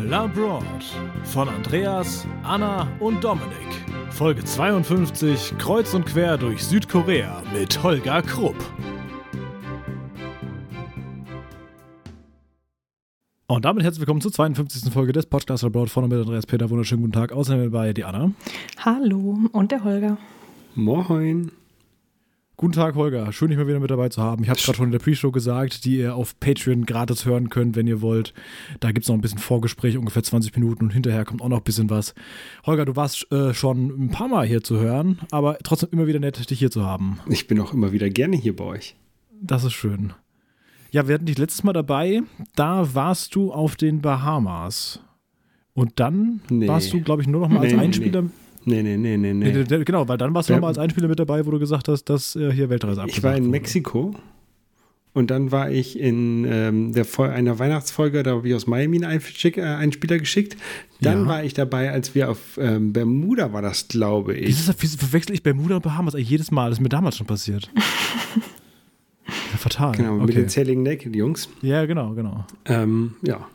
Labroad von Andreas, Anna und Dominik. Folge 52, Kreuz und quer durch Südkorea mit Holger Krupp. Und damit herzlich willkommen zur 52. Folge des Podcasts Labroad von und mit Andreas Peter. Wunderschönen guten Tag. Außerdem bei die Anna. Hallo und der Holger. Moin. Guten Tag, Holger. Schön, dich mal wieder mit dabei zu haben. Ich habe es gerade schon in der Pre-Show gesagt, die ihr auf Patreon gratis hören könnt, wenn ihr wollt. Da gibt es noch ein bisschen Vorgespräch, ungefähr 20 Minuten und hinterher kommt auch noch ein bisschen was. Holger, du warst schon ein paar Mal hier zu hören, aber trotzdem immer wieder nett, dich hier zu haben. Ich bin auch immer wieder gerne hier bei euch. Das ist schön. Ja, wir hatten dich letztes Mal dabei, da warst du auf den Bahamas. Und dann warst du, glaube ich, nur noch mal als Einspieler... Nee. Genau, weil dann warst du nochmal als Einspieler mit dabei, wo du gesagt hast, dass hier Weltreise abgesagt Ich war in wurde. Mexiko und dann war ich in einer Weihnachtsfolge, da habe ich aus Miami einen Einspieler geschickt. Dann war ich dabei, als wir auf Bermuda war das, glaube ich. Wieso verwechsel ich Bermuda und Bahamas eigentlich jedes Mal? Das ist mir damals schon passiert. Ja, fatal. Genau, mit den zähligen Naked-Jungs. Ja, genau. Ja.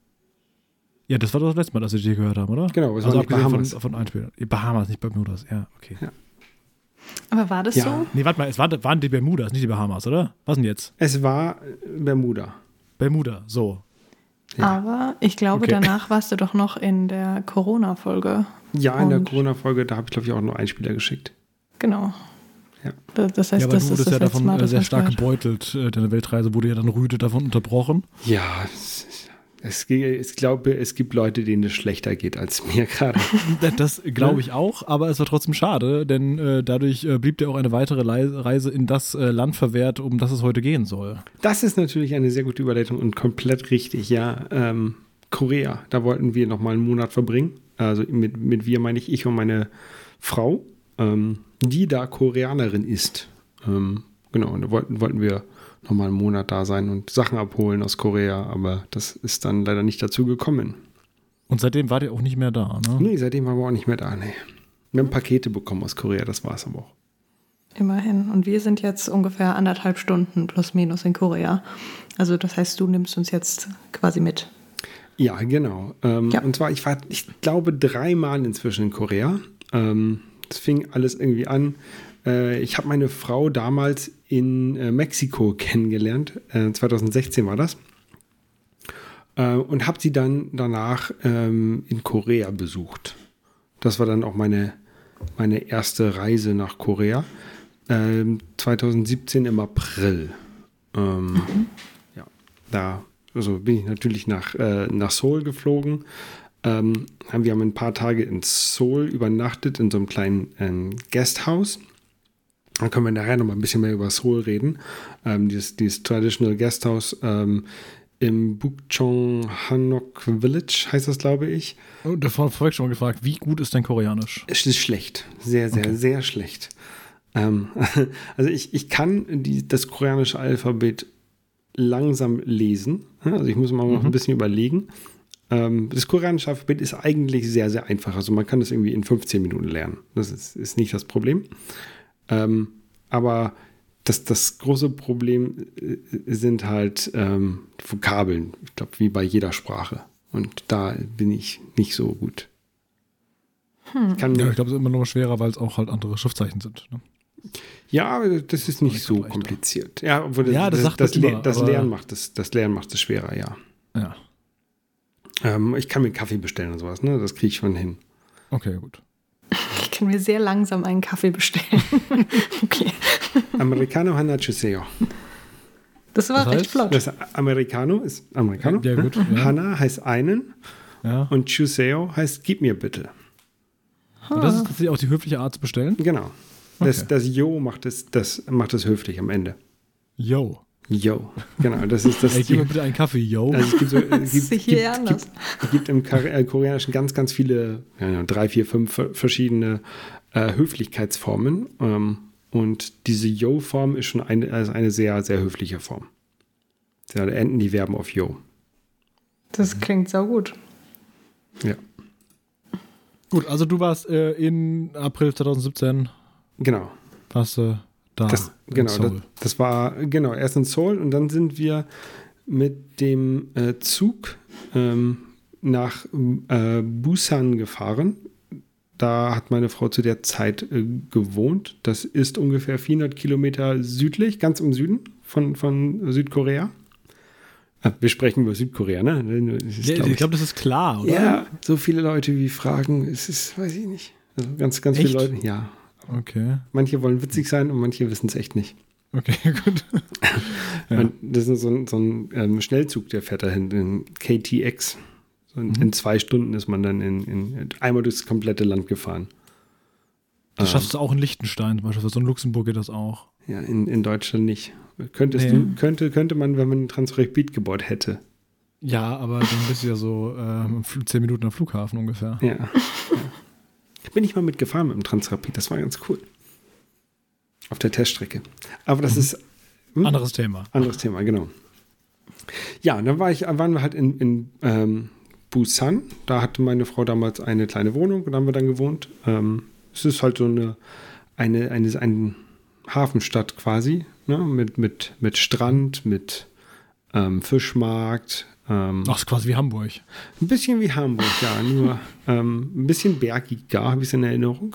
Ja, das war doch das letzte Mal, dass wir die gehört haben, oder? Genau, es also war nicht Bahamas. Von Einspielern. Bahamas, nicht Bermudas. Ja, okay. Ja. Aber war das so? Nee, warte mal, waren die Bermudas, nicht die Bahamas, oder? Was denn jetzt? Es war Bermuda. Bermuda, so. Ja. Aber ich glaube, danach warst du doch noch in der Corona-Folge. Ja, in der Corona-Folge, da habe ich, glaube ich, auch nur Einspieler geschickt. Genau. Ja. Das heißt, aber das du wurdest ist ja davon Mal, sehr stark gebeutelt. Deine Weltreise wurde ja dann rüde davon unterbrochen. Ja, ich glaube, es gibt Leute, denen es schlechter geht als mir gerade. Das glaube ich auch, aber es war trotzdem schade, denn dadurch blieb dir auch eine weitere Reise in das Land verwehrt, um das es heute gehen soll. Das ist natürlich eine sehr gute Überleitung und komplett richtig, ja. Korea, da wollten wir noch mal einen Monat verbringen. Also mit wir meine ich und meine Frau, die da Koreanerin ist. Genau, und da wollten wir nochmal einen Monat da sein und Sachen abholen aus Korea, aber das ist dann leider nicht dazu gekommen. Und seitdem wart ihr auch nicht mehr da, ne? Nee, seitdem waren wir auch nicht mehr da, nee. Wir haben Pakete bekommen aus Korea, das war es aber auch. Immerhin. Und wir sind jetzt ungefähr 1,5 Stunden plus minus in Korea. Also das heißt, du nimmst uns jetzt quasi mit. Ja, genau. Und zwar, ich glaube, 3 Mal inzwischen in Korea. Es fing alles irgendwie an. Ich habe meine Frau damals in Mexiko kennengelernt, 2016 war das, und habe sie dann danach in Korea besucht. Das war dann auch meine erste Reise nach Korea, 2017 im April. Ja, da bin ich natürlich nach Seoul geflogen. Wir haben ein paar Tage in Seoul übernachtet, in so einem kleinen Guesthouse. Da können wir nachher noch mal ein bisschen mehr über Seoul reden. Dieses Traditional Guesthouse im Bukchong Hanok Village heißt das, glaube ich. Oh, davor vorweg schon mal gefragt, wie gut ist dein Koreanisch? Es ist schlecht. Sehr, sehr, sehr schlecht. Also ich kann das koreanische Alphabet langsam lesen. Also ich muss mal noch ein bisschen überlegen. Das koreanische Alphabet ist eigentlich sehr, sehr einfach. Also man kann das irgendwie in 15 Minuten lernen. Das ist nicht das Problem. Aber das große Problem sind halt Vokabeln. Ich glaube, wie bei jeder Sprache. Und da bin ich nicht so gut. Ich glaube, es ist immer noch schwerer, weil es auch halt andere Schriftzeichen sind. Ne? Ja, aber das ist nicht so kompliziert. Ja, obwohl das Lernen macht es schwerer, ja. Ich kann mir Kaffee bestellen und sowas, ne? Das kriege ich schon hin. Okay, gut. Ich kann mir sehr langsam einen Kaffee bestellen. Okay. Americano Hana Chuseo. Das war recht flott. Das Americano ist Americano. Ja, gut. Ja. Hana heißt einen und Chuseo heißt gib mir bitte. Und das ist tatsächlich auch die höfliche Art zu bestellen? Genau. Okay. Das Yo macht es höflich am Ende. Yo. Yo, genau. Das ist das. Gib mir bitte einen Kaffee, yo. Also es gibt im Koreanischen ganz, ganz viele, 3, 4, 5 verschiedene Höflichkeitsformen. Und diese Yo-Form ist schon eine sehr, sehr höfliche Form. Da enden die Verben auf Yo. Das klingt saugut. Ja. Gut, also du warst in April 2017. Genau. Warst du da? Das war erst in Seoul und dann sind wir mit dem Zug nach Busan gefahren. Da hat meine Frau zu der Zeit gewohnt. Das ist ungefähr 400 Kilometer südlich, ganz im Süden von Südkorea. Wir sprechen über Südkorea, ne? Ich glaube, das ist klar, oder? Ja, so viele Leute wie fragen, es ist, weiß ich nicht. Also ganz, ganz viele Leute, ja. Okay. Manche wollen witzig sein und manche wissen es echt nicht. Okay, gut. Ja. Das ist so ein Schnellzug, der fährt dahin, in KTX. In 2 Stunden ist man dann einmal durchs komplette Land gefahren. Das schaffst du auch in Liechtenstein zum Beispiel, so in Luxemburg geht das auch. Ja, in Deutschland nicht. Könnte man, wenn man ein Transrapid gebaut hätte. Ja, aber dann bist du ja so 10 Minuten am Flughafen ungefähr. Ja. Bin ich mal mitgefahren mit dem Transrapid, das war ganz cool. Auf der Teststrecke. Aber das ist... Anderes Thema. Anderes Thema, genau. Ja, und dann waren wir halt in Busan. Da hatte meine Frau damals eine kleine Wohnung und da haben wir dann gewohnt. Es ist halt so eine Hafenstadt quasi, ne? Mit Strand, mit Fischmarkt. Ach, ist quasi wie Hamburg. Ein bisschen wie Hamburg, ja. Nur ein bisschen bergiger, habe ich es in Erinnerung.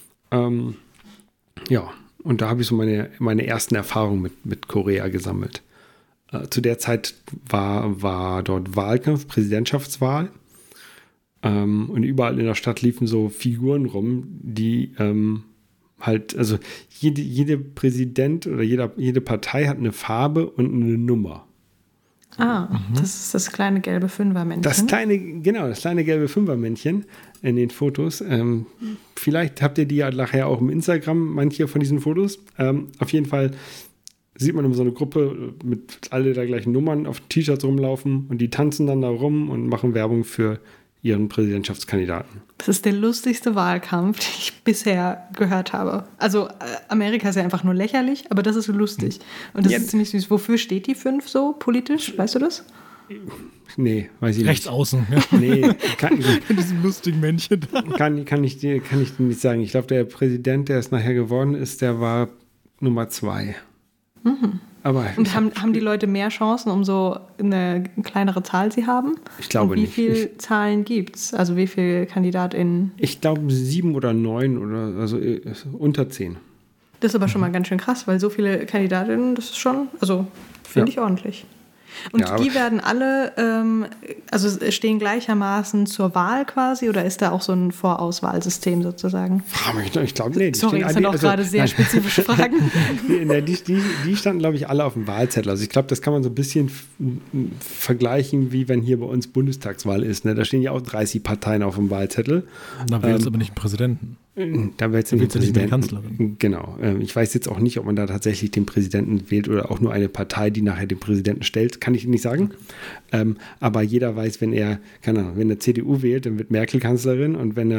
Ja, und da habe ich so meine ersten Erfahrungen mit Korea gesammelt. Zu der Zeit war dort Wahlkampf, Präsidentschaftswahl. Und überall in der Stadt liefen so Figuren rum, die halt, also jede Präsident oder jede Partei hat eine Farbe und eine Nummer. Das ist das kleine gelbe Fünfermännchen. Das kleine gelbe Fünfermännchen in den Fotos. Vielleicht habt ihr die ja nachher auch im Instagram, manche von diesen Fotos. Auf jeden Fall sieht man immer so eine Gruppe mit alle der gleichen Nummern auf T-Shirts rumlaufen und die tanzen dann da rum und machen Werbung für ihren Präsidentschaftskandidaten. Das ist der lustigste Wahlkampf, den ich bisher gehört habe. Also Amerika ist ja einfach nur lächerlich, aber das ist so lustig. Und das ist ziemlich süß. Wofür steht die 5 so politisch? Weißt du das? Nee, weiß ich nicht. Rechts außen. Ja. Nee, in diesem lustigen Männchen. Kann ich dir nicht sagen. Ich glaube, der Präsident, der es nachher geworden ist, der war Nummer 2. Aber und haben die Leute mehr Chancen, umso eine kleinere Zahl sie haben? Ich glaube nicht. Wie viele Zahlen gibt es? Also wie viele KandidatInnen? Ich glaube 7 oder 9 oder also unter 10. Das ist aber schon mal ganz schön krass, weil so viele KandidatInnen, das ist schon, also finde ich ordentlich. Und ja, die werden alle, also stehen gleichermaßen zur Wahl quasi, oder ist da auch so ein Vorauswahlsystem sozusagen? Ich glaube, nee. Sorry, das sind auch gerade sehr spezifische Fragen. Die standen, glaube ich, alle auf dem Wahlzettel. Also ich glaube, das kann man so ein bisschen vergleichen, wie wenn hier bei uns Bundestagswahl ist. Ne? Da stehen ja auch 30 Parteien auf dem Wahlzettel. Da wählt es aber nicht einen Präsidenten. Da wählt es nicht eine Kanzlerin. Genau. Ich weiß jetzt auch nicht, ob man da tatsächlich den Präsidenten wählt oder auch nur eine Partei, die nachher den Präsidenten stellt. Kann ich nicht sagen. Okay. Aber jeder weiß, wenn er CDU wählt, dann wird Merkel Kanzlerin, und wenn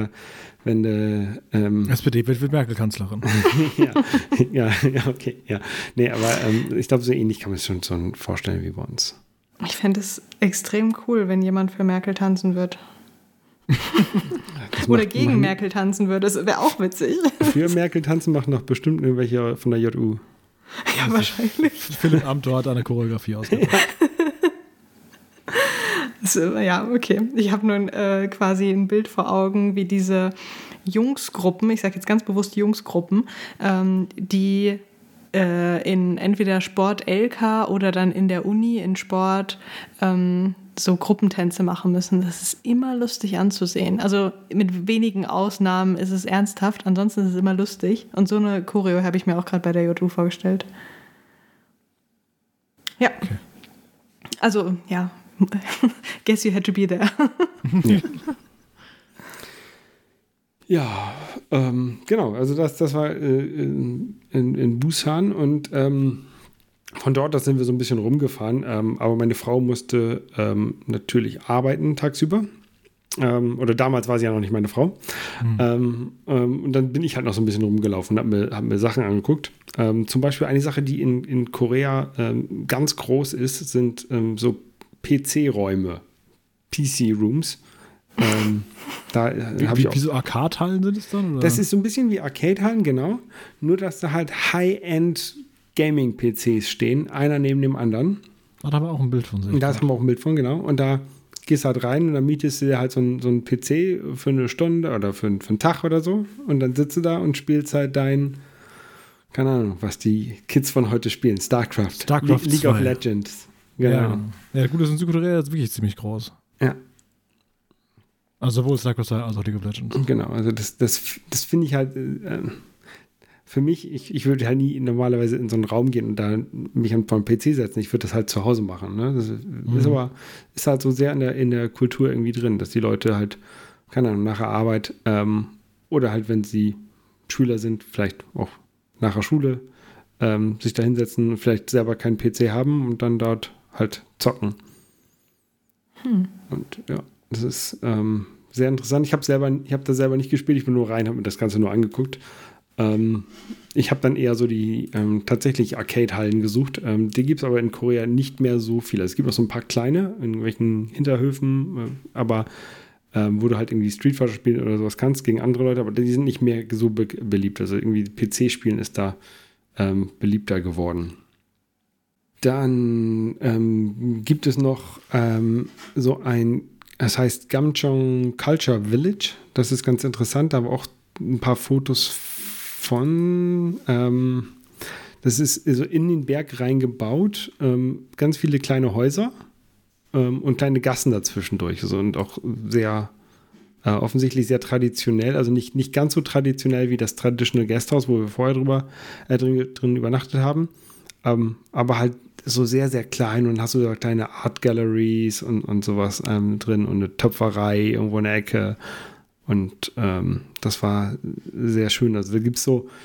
SPD wird Merkel Kanzlerin. ja, okay. Ja. Nee, aber ich glaube, so ähnlich kann man es schon so vorstellen wie bei uns. Ich fände es extrem cool, wenn jemand für Merkel tanzen wird. Oder gegen Merkel tanzen würde, das wäre auch witzig. Für Merkel tanzen machen doch bestimmt irgendwelche von der JU. Ja, wahrscheinlich. Philipp Amthor hat eine Choreografie ausgedacht. Ja, okay. Ich habe nun quasi ein Bild vor Augen, wie diese Jungsgruppen, ich sage jetzt ganz bewusst Jungsgruppen, die in entweder Sport LK oder dann in der Uni in Sport so Gruppentänze machen müssen. Das ist immer lustig anzusehen. Also mit wenigen Ausnahmen ist es ernsthaft, ansonsten ist es immer lustig. Und so eine Choreo habe ich mir auch gerade bei der JU vorgestellt. Ja. Okay. Also, ja. Guess you had to be there. Ja, genau. Also das war in Busan, und von dort sind wir so ein bisschen rumgefahren. Aber meine Frau musste natürlich arbeiten tagsüber. Oder damals war sie ja noch nicht meine Frau. Und dann bin ich halt noch so ein bisschen rumgelaufen und hab mir Sachen angeguckt. Zum Beispiel eine Sache, die in Korea ganz groß ist, sind so PC-Räume, PC-Rooms. Wie so Arcade-Hallen sind es dann? Oder? Das ist so ein bisschen wie Arcade-Hallen, genau. Nur, dass da halt High-End Gaming-PCs stehen, einer neben dem anderen. Da haben wir auch ein Bild von sich. Da haben wir auch ein Bild von, genau. Und da gehst halt rein und dann mietest du dir halt so einen PC für eine Stunde oder für einen Tag oder so und dann sitzt du da und spielst halt keine Ahnung, was die Kids von heute spielen, StarCraft League of Legends. Genau. Ja, gut, das in Südkorea ist wirklich ziemlich groß. Ja. Also sowohl StarCraft als auch League of Legends. Genau, also das finde ich halt für mich, ich würde halt nie normalerweise in so einen Raum gehen und da mich vor den PC setzen. Ich würde das halt zu Hause machen. Ne? Das ist halt so sehr in der Kultur irgendwie drin, dass die Leute halt, keine Ahnung, nach der Arbeit oder halt, wenn sie Schüler sind, vielleicht auch nach der Schule sich da hinsetzen und vielleicht selber keinen PC haben und dann dort halt zocken. Und ja, das ist sehr interessant. Ich habe da selber nicht gespielt, ich bin nur rein, habe mir das Ganze nur angeguckt. Ich habe dann eher so die tatsächlich Arcade-Hallen gesucht. Die gibt es aber in Korea nicht mehr so viele. Es gibt noch so ein paar kleine, in irgendwelchen Hinterhöfen, aber wo du halt irgendwie Street Fighter spielen oder sowas kannst gegen andere Leute, aber die sind nicht mehr so beliebt. Also irgendwie PC-Spielen ist da beliebter geworden. Dann gibt es noch so das heißt Gamcheong Culture Village. Das ist ganz interessant, da haben wir auch ein paar Fotos von. Das ist so in den Berg reingebaut, ganz viele kleine Häuser und kleine Gassen dazwischen durch. Also, und auch sehr offensichtlich sehr traditionell, also nicht ganz so traditionell wie das Traditional Guesthouse, wo wir vorher drin übernachtet haben, aber halt so sehr, sehr klein und hast du so kleine Art Galleries und sowas drin und eine Töpferei irgendwo in der Ecke und das war sehr schön. Also da gibt es so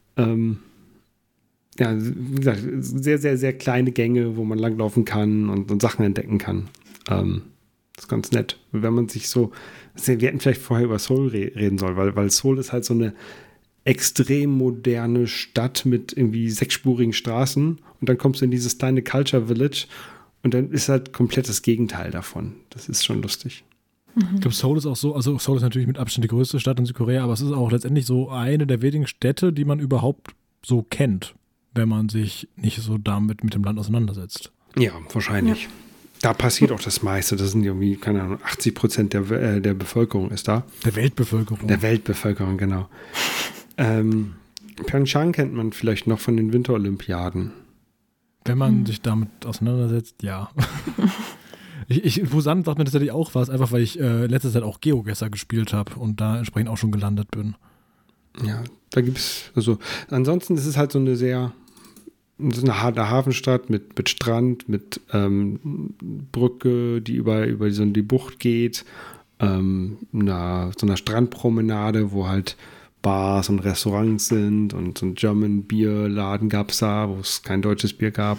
wie gesagt, sehr, sehr, sehr kleine Gänge, wo man langlaufen kann und Sachen entdecken kann. Das ist ganz nett. Wenn man sich so, wir hätten vielleicht vorher über Seoul reden sollen, weil Seoul ist halt so eine extrem moderne Stadt mit irgendwie 6-spurigen Straßen und dann kommst du in dieses kleine Culture Village und dann ist halt komplett das Gegenteil davon. Das ist schon lustig. Ich glaube, Seoul ist auch so, also Seoul ist natürlich mit Abstand die größte Stadt in Südkorea, aber es ist auch letztendlich so eine der wenigen Städte, die man überhaupt so kennt, wenn man sich nicht so damit mit dem Land auseinandersetzt. Ja, wahrscheinlich. Ja. Da passiert auch das meiste. Das sind irgendwie, keine Ahnung, 80% der Bevölkerung ist da. Der Weltbevölkerung. Der Weltbevölkerung, genau. Pyeongchang kennt man vielleicht noch von den Winterolympiaden. Wenn man sich damit auseinandersetzt, ja. Busan sagt mir tatsächlich auch was, einfach weil ich letzte Zeit auch GeoGuessr gespielt habe und da entsprechend auch schon gelandet bin. Ja, da gibt es, also ansonsten ist es halt so eine eine Hafenstadt mit Strand, mit Brücke, die über die Bucht geht, so einer Strandpromenade, wo halt Bars und Restaurants sind und so ein German Bierladen gab es da, wo es kein deutsches Bier gab.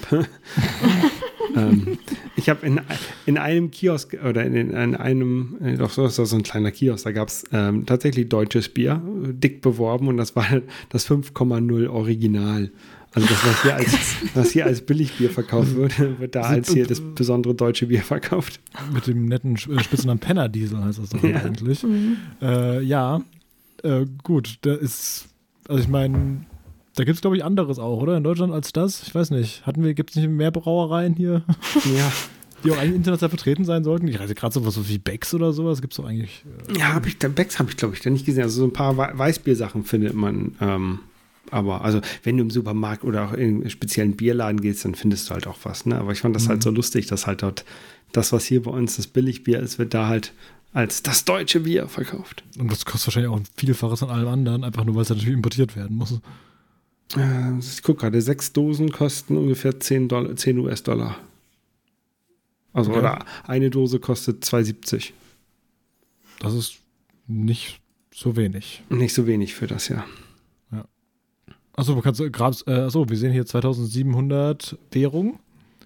Ich habe in einem Kiosk oder in einem, doch so ist das so ein kleiner Kiosk, da gab es tatsächlich deutsches Bier, dick beworben und das war das 5,0 Original. Also das, was hier als Billigbier verkauft wird da als hier das besondere deutsche Bier verkauft. Mit dem netten Spitznamen Penner Diesel heißt das doch eigentlich. Gut, da ist, also ich meine, da gibt es, glaube ich, anderes auch, oder? In Deutschland als das? Ich weiß nicht. Gibt es nicht mehr Brauereien hier? Ja. Die auch eigentlich international vertreten sein sollten? Ich weiß gerade sowas wie Becks oder sowas gibt es doch eigentlich. Becks habe ich, glaube ich, da nicht gesehen. Also so ein paar Weißbiersachen findet man, aber also wenn du im Supermarkt oder auch in einen speziellen Bierladen gehst, dann findest du halt auch was. Ne? Aber ich fand das halt so lustig, dass halt dort das, was hier bei uns das Billigbier ist, wird da halt als das deutsche Bier verkauft. Und das kostet wahrscheinlich auch ein Vielfaches an allem anderen, einfach nur, weil es natürlich importiert werden muss. Ich gucke gerade, 6 Dosen kosten ungefähr 10 US-Dollar. Also, okay. Oder eine Dose kostet 2,70. Das ist nicht so wenig. Nicht so wenig für das, ja. Achso, wir sehen hier 2700 Währung.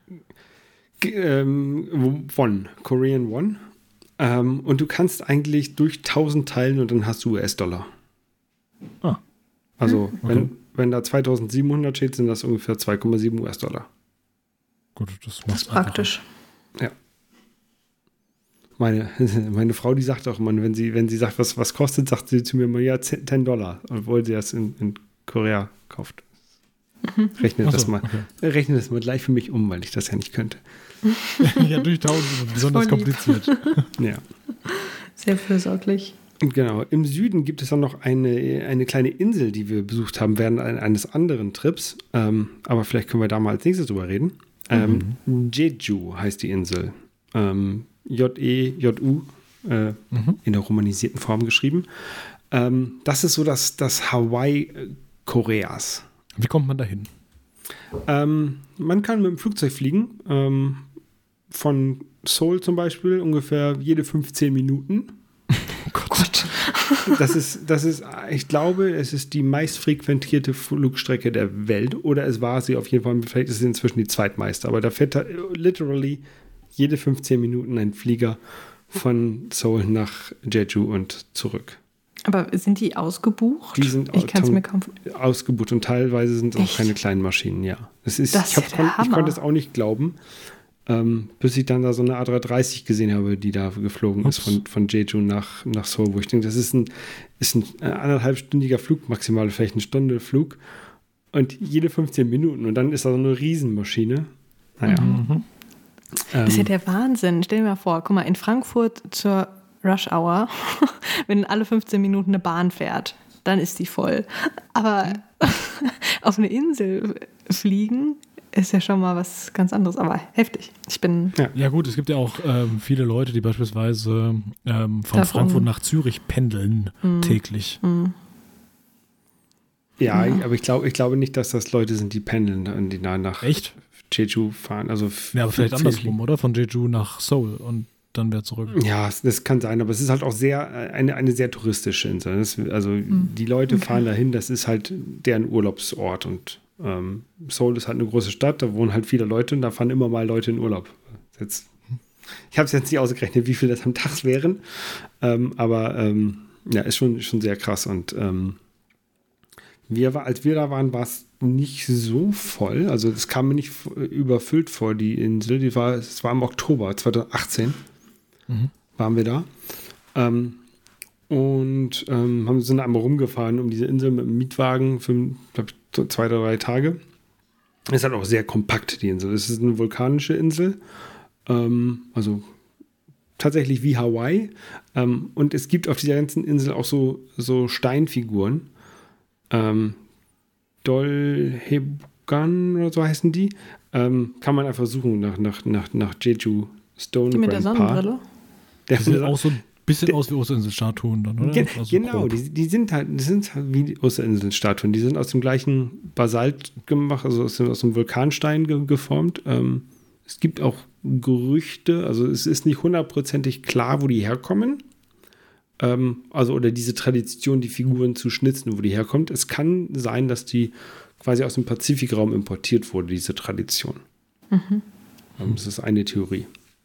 Korean Won. Und du kannst eigentlich durch 1000 teilen und dann hast du US-Dollar. Also, okay. Wenn da 2700 steht, sind das ungefähr 2,7 US-Dollar. Gut, das ist praktisch. Ja. Meine Frau, die sagt auch immer, wenn sie sagt, was kostet, sagt sie zu mir immer, ja, $10, obwohl sie das in Korea kauft. Rechne das mal gleich für mich um, weil ich das ja nicht könnte. Ja, durch 1000 ist besonders kompliziert. Ja. Sehr fürsorglich. Genau. Im Süden gibt es dann noch eine kleine Insel, die wir besucht haben während eines anderen Trips. Aber vielleicht können wir da mal als nächstes drüber reden. Jeju heißt die Insel. Jeju, in der romanisierten Form geschrieben. Das ist so das Hawaii Koreas. Wie kommt man da hin? Man kann mit dem Flugzeug fliegen. Von Seoul zum Beispiel ungefähr jede 15 Minuten. Oh Gott. Das ist, ich glaube, es ist die meistfrequentierte Flugstrecke der Welt. Oder es war sie auf jeden Fall. Vielleicht ist es inzwischen die zweitmeiste. Aber da fährt literally jede 15 Minuten ein Flieger von Seoul nach Jeju und zurück. Aber sind die ausgebucht? Die sind ich kann es mir kaum ausgebucht und teilweise sind es auch keine kleinen Maschinen, ja. Ich konnte es auch nicht glauben, bis ich dann da so eine A330 gesehen habe, die da geflogen ist von Jeju nach Seoul, wo ich denke, das ist ein 1,5-stündiger Flug, maximal vielleicht eine Stunde Flug und jede 15 Minuten und dann ist da so eine Riesenmaschine. Naja. Das ist ja der Wahnsinn. Stell dir mal vor, guck mal, in Frankfurt zur Rush Hour, wenn alle 15 Minuten eine Bahn fährt, dann ist die voll. Aber auf eine Insel fliegen ist ja schon mal was ganz anderes, aber heftig. Ja gut, es gibt ja auch viele Leute, die beispielsweise von Frankfurt nach Zürich pendeln täglich. Ja, aber ich glaube nicht, dass das Leute sind, die pendeln, die nach Echt? Jeju fahren. Also aber vielleicht andersrum, oder? Von Jeju nach Seoul und dann wieder zurück. Ja, das kann sein, aber es ist halt auch eine sehr touristische Insel. Die Leute fahren dahin, das ist halt deren Urlaubsort und Seoul ist halt eine große Stadt, da wohnen halt viele Leute und da fahren immer mal Leute in Urlaub. Ich habe es jetzt nicht ausgerechnet, wie viel das am Tag wären, aber ist schon sehr krass und als wir da waren, war es nicht so voll, also es kam mir nicht überfüllt vor, die Insel, es war im Oktober 2018. Waren wir da. Sind einmal rumgefahren um diese Insel mit dem Mietwagen für, glaube ich, 2 oder 3 Tage. Ist halt auch sehr kompakt, die Insel. Es ist eine vulkanische Insel. Also tatsächlich wie Hawaii. Und es gibt auf dieser ganzen Insel auch so Steinfiguren. Dolhebugan oder so heißen die. Kann man einfach suchen nach Jeju Stone die mit der Sonnenbrille? Die sehen auch so ein bisschen aus wie Osterinselstatuen dann, oder? Genau, die sind halt wie Osterinselstatuen. Die sind aus dem gleichen Basalt gemacht, also aus dem Vulkanstein geformt. Es gibt auch Gerüchte, also es ist nicht 100%ig klar, wo die herkommen. Oder diese Tradition, die Figuren zu schnitzen, wo die herkommt. Es kann sein, dass die quasi aus dem Pazifikraum importiert wurde, diese Tradition. Das ist eine Theorie.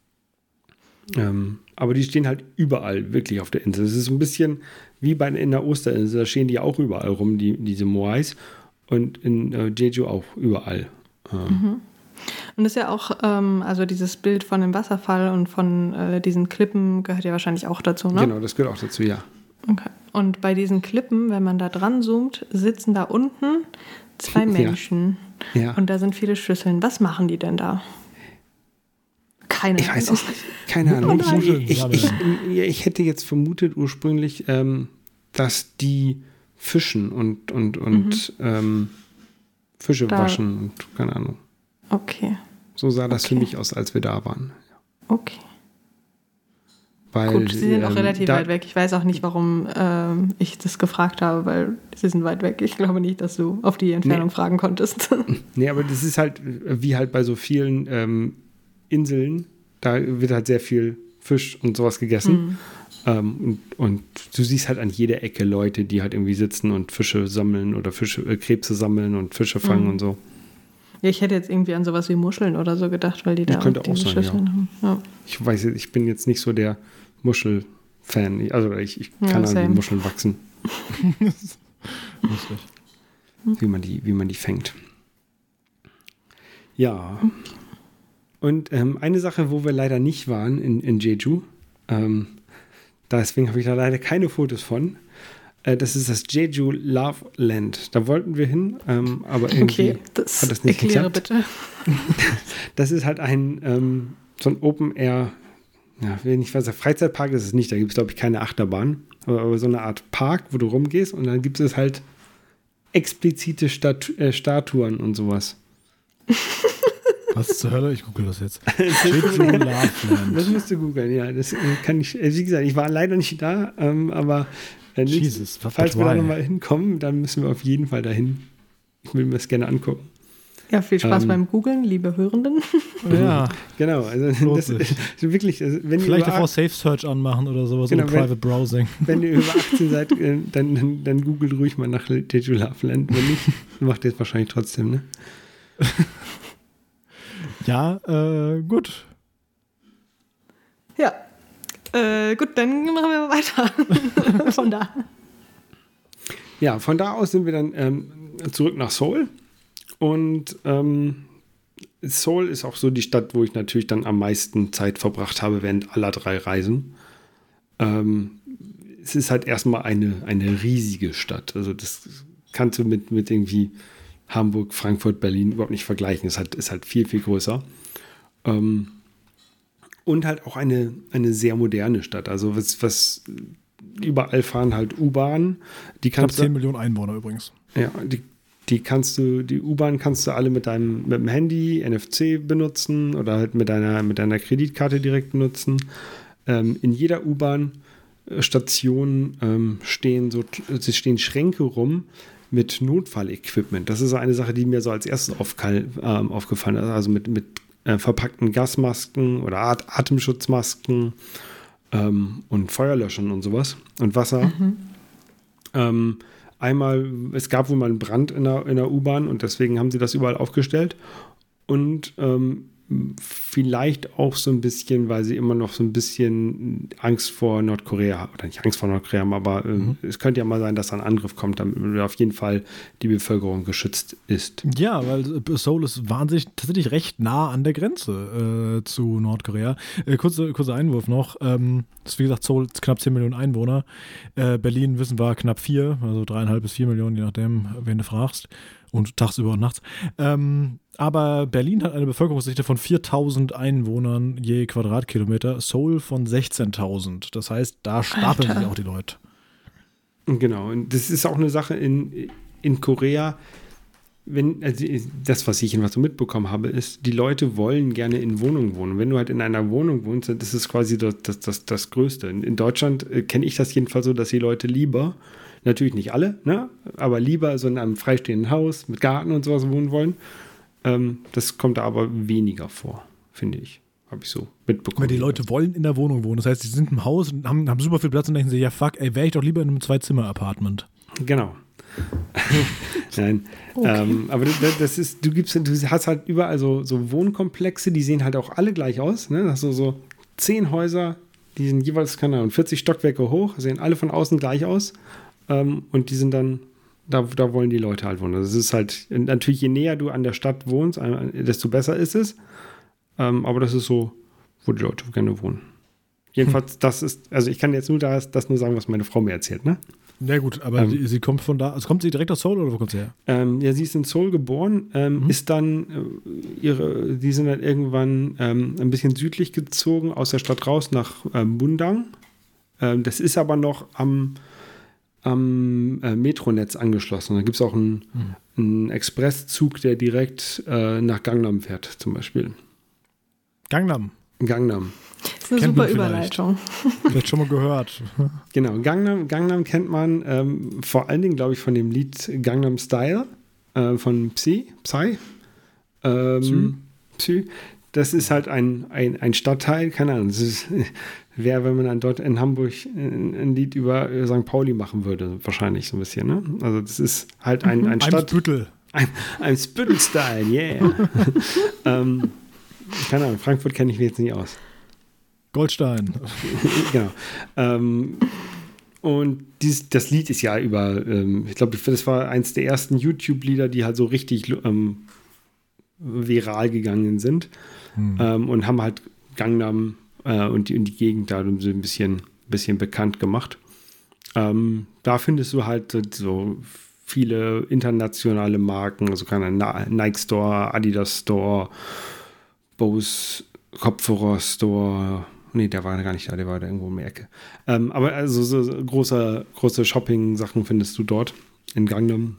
Aber die stehen halt überall wirklich auf der Insel. Es ist ein bisschen wie in der Osterinsel, da stehen die auch überall rum, diese Moais. Und in Jeju auch überall. Und das ist ja auch, also dieses Bild von dem Wasserfall und von diesen Klippen gehört ja wahrscheinlich auch dazu, ne? Genau, das gehört auch dazu, ja. Okay. Und bei diesen Klippen, wenn man da dran zoomt, sitzen da unten 2 Menschen. Ja. Und da sind viele Schüsseln. Was machen die denn da? Keine Ahnung. Ich weiß es nicht. Keine Ahnung. Ich hätte jetzt vermutet ursprünglich, dass die fischen und Fische waschen und keine Ahnung. Okay. So sah das für mich aus, als wir da waren. Okay. Weil, gut, sie sind auch relativ weit weg. Ich weiß auch nicht, warum ich das gefragt habe, weil sie sind weit weg. Ich glaube nicht, dass du auf die Entfernung fragen konntest. Nee, aber das ist halt, wie halt bei so vielen Inseln, da wird halt sehr viel Fisch und sowas gegessen. Und du siehst halt an jeder Ecke Leute, die halt irgendwie sitzen und Fische sammeln oder Krebse sammeln und Fische fangen und so. Ja, ich hätte jetzt irgendwie an sowas wie Muscheln oder so gedacht, weil die da könnte auch sein, Schüsseln haben. Ja. Ich weiß, ich bin jetzt nicht so der Muschel-Fan. Also ich kann an den Muscheln wachsen. wie man die fängt. Ja. Und eine Sache, wo wir leider nicht waren in Jeju, deswegen habe ich da leider keine Fotos von. Das ist das Jeju Love Land. Da wollten wir hin, aber irgendwie hat das nicht geklappt. Bitte. Das ist halt so ein Open-Air, ja, wenn ich weiß, Freizeitpark ist es nicht, da gibt es, glaube ich, keine Achterbahn, aber so eine Art Park, wo du rumgehst und dann gibt es halt explizite Statuen und sowas. Was zur Hölle? Ich google das jetzt. Jeju Love Land. Das musst du googeln, ja. Das kann ich, wie gesagt, ich war leider nicht da, aber Jesus, falls wir da nochmal hinkommen, dann müssen wir auf jeden Fall dahin. Ich will mir das gerne angucken. Ja, viel Spaß beim Googlen, liebe Hörenden. Ja, genau. Also das ist wirklich, also wenn vielleicht davor Safe Search anmachen oder sowas, genau, oder Private Browsing. Wenn ihr über 18 seid, dann googelt ruhig mal nach Jeju Love Land. Wenn nicht, macht ihr es wahrscheinlich trotzdem, ne? Ja, gut. Ja, gut, dann machen wir mal weiter. Von da. Ja, von da aus sind wir dann zurück nach Seoul. Und Seoul ist auch so die Stadt, wo ich natürlich dann am meisten Zeit verbracht habe während aller 3 Reisen. Es ist halt erstmal eine riesige Stadt. Also das kannst du mit irgendwie Hamburg, Frankfurt, Berlin überhaupt nicht vergleichen. Es ist halt viel, viel größer. Und halt auch eine sehr moderne Stadt. Also was überall fahren halt U-Bahnen. Knapp 10 Millionen Einwohner übrigens. Ja, die U-Bahn kannst du alle mit dem Handy, NFC benutzen oder halt mit deiner Kreditkarte direkt benutzen. In jeder U-Bahn-Station stehen Schränke rum mit Notfallequipment. Das ist eine Sache, die mir so als erstes aufgefallen ist. Also mit verpackten Gasmasken oder Atemschutzmasken und Feuerlöschern und sowas und Wasser. Einmal, es gab wohl mal einen Brand in der U-Bahn und deswegen haben sie das überall aufgestellt. Und vielleicht auch so ein bisschen, weil sie immer noch so ein bisschen Angst vor Nordkorea haben. Oder nicht Angst vor Nordkorea haben, aber es könnte ja mal sein, dass da ein Angriff kommt, damit auf jeden Fall die Bevölkerung geschützt ist. Ja, weil Seoul ist wahnsinnig, tatsächlich recht nah an der Grenze zu Nordkorea. Kurzer Einwurf noch. Das ist wie gesagt, Seoul ist knapp 10 Millionen Einwohner. Berlin, wissen wir, knapp 4, also 3,5 bis 4 Millionen, je nachdem, wen du fragst. Und tagsüber und nachts. Aber Berlin hat eine Bevölkerungsdichte von 4.000 Einwohnern je Quadratkilometer, Seoul von 16.000. Das heißt, da stapeln sich auch die Leute. Genau, und das ist auch eine Sache in Korea, das, was ich jedenfalls so mitbekommen habe, ist, die Leute wollen gerne in Wohnungen wohnen. Wenn du halt in einer Wohnung wohnst, das ist quasi das Größte. In Deutschland kenne ich das jedenfalls so, dass die Leute lieber, natürlich nicht alle, ne? Aber lieber so in einem freistehenden Haus mit Garten und sowas wohnen wollen. Das kommt da aber weniger vor, finde ich. Habe ich so mitbekommen. Weil die Leute wollen in der Wohnung wohnen. Das heißt, sie sind im Haus und haben super viel Platz und denken sich, ja fuck, ey, wäre ich doch lieber in einem 2-Zimmer-Apartment. Genau. Nein. Okay. Aber das ist, du hast halt überall so Wohnkomplexe, die sehen halt auch alle gleich aus. Ne? Das ist so 10 Häuser, die sind jeweils, keine Ahnung, 40 Stockwerke hoch, sehen alle von außen gleich aus. Und die sind dann, da wollen die Leute halt wohnen. Das ist halt, natürlich, je näher du an der Stadt wohnst, desto besser ist es. Aber das ist so, wo die Leute gerne wohnen. Jedenfalls, das ist, also ich kann jetzt nur das nur sagen, was meine Frau mir erzählt, ne? Ja gut, aber sie kommt von da, also kommt sie direkt aus Seoul oder wo kommt sie her? Ja, sie ist in Seoul geboren, ist dann, die sind dann irgendwann ein bisschen südlich gezogen, aus der Stadt raus nach Bundang. Das ist aber noch am Metronetz angeschlossen. Da gibt es auch einen Expresszug, der direkt nach Gangnam fährt, zum Beispiel. Gangnam. Das ist eine super Überleitung. Vielleicht schon mal gehört. Genau, Gangnam kennt man vor allen Dingen, glaube ich, von dem Lied Gangnam Style von Psy. Psy. Das ist halt ein Stadtteil, keine Ahnung, das wäre, wenn man dann dort in Hamburg ein Lied über St. Pauli machen würde, wahrscheinlich so ein bisschen, ne? Also das ist halt ein Spüttel. Ein Spüttel-Style, yeah. Keine Ahnung, Frankfurt kenne ich mich jetzt nicht aus. Goldstein. Genau. Und das Lied ist ja ich glaube, das war eins der ersten YouTube-Lieder, die halt so richtig viral gegangen sind. Und haben halt Gangnam und die Gegend da so ein bisschen bekannt gemacht. Da findest du halt so viele internationale Marken, also keine Nike Store, Adidas Store, Bose Kopfhörer Store. Nee, der war gar nicht da, der war da irgendwo um die Ecke. Aber also so große Shopping-Sachen findest du dort in Gangnam.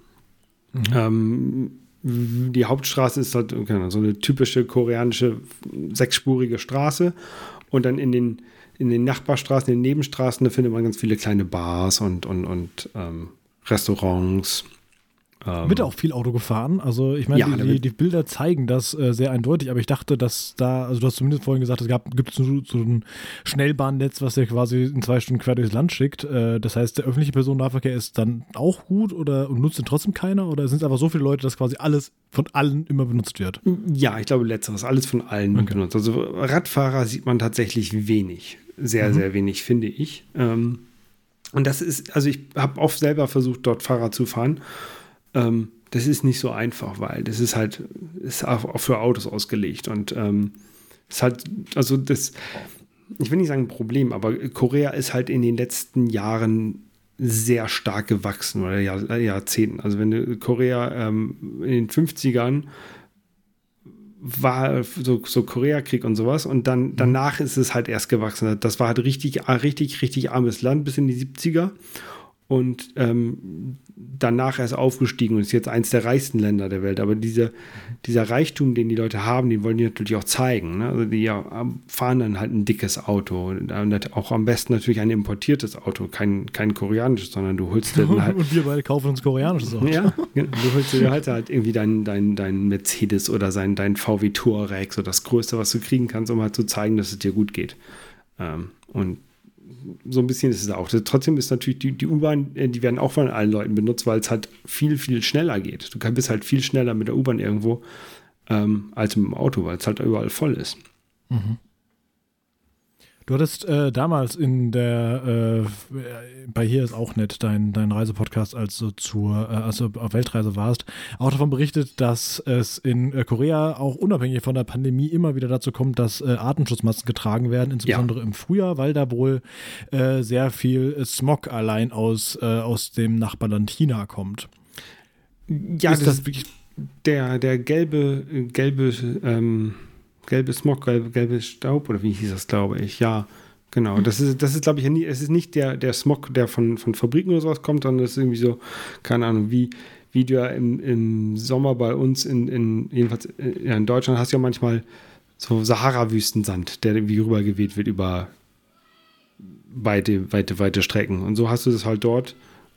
Die Hauptstraße ist halt so eine typische koreanische sechsspurige Straße. Und dann in den Nachbarstraßen, in den Nebenstraßen, da findet man ganz viele kleine Bars und Restaurants. Wird auch viel Auto gefahren. Also ich meine, Ja, die Bilder zeigen das sehr eindeutig, aber ich dachte, dass da, also du hast zumindest vorhin gesagt, gibt so ein Schnellbahnnetz, was dir quasi in 2 Stunden quer durchs Land schickt. Das heißt, der öffentliche Personennahverkehr ist dann auch gut und nutzt den trotzdem keiner? Oder sind es einfach so viele Leute, dass quasi alles von allen immer benutzt wird? Ja, ich glaube letzteres, alles von allen benutzt. Also Radfahrer sieht man tatsächlich wenig. Sehr, sehr wenig, finde ich. Und das ist, also ich habe oft selber versucht, dort Fahrrad zu fahren. Das ist nicht so einfach, weil das ist auch für Autos ausgelegt und ist halt, also das, ich will nicht sagen ein Problem, aber Korea ist halt in den letzten Jahren sehr stark gewachsen oder Jahrzehnten. Also wenn du Korea in den 50ern war so Koreakrieg und sowas und dann danach ist es halt erst gewachsen. Das war halt richtig armes Land bis in die 70er. Und danach erst aufgestiegen und ist jetzt eins der reichsten Länder der Welt. Aber dieser Reichtum, den die Leute haben, den wollen die natürlich auch zeigen. Ne? Also die fahren dann halt ein dickes Auto. Und auch am besten natürlich ein importiertes Auto, kein koreanisches, sondern du holst dir halt. Und wir beide kaufen uns koreanisches Auto. Ja, du holst dir halt irgendwie dein Mercedes oder dein VW Touareg, so das Größte, was du kriegen kannst, um halt zu zeigen, dass es dir gut geht. Und so ein bisschen ist es auch. Trotzdem ist natürlich die U-Bahn, die werden auch von allen Leuten benutzt, weil es halt viel, viel schneller geht. Du bist halt viel schneller mit der U-Bahn irgendwo als mit dem Auto, weil es halt überall voll ist. Mhm. Du hattest damals bei Hier ist auch nett, dein Reisepodcast, als du auf Weltreise warst, auch davon berichtet, dass es in Korea auch unabhängig von der Pandemie immer wieder dazu kommt, dass Atemschutzmasken getragen werden, insbesondere im Frühjahr, weil da wohl sehr viel Smog allein aus dem Nachbarland China kommt. Ja, ist das wirklich der gelbe Smog, gelbe Staub, oder wie hieß das, glaube ich. Ja, genau. Das ist glaube ich, es ist nicht der Smog, der von Fabriken oder sowas kommt, sondern das ist irgendwie so, keine Ahnung, wie du ja im Sommer bei uns jedenfalls in Deutschland hast du ja manchmal so Sahara-Wüstensand, der wie rübergeweht wird über weite Strecken. Und so hast du das halt dort,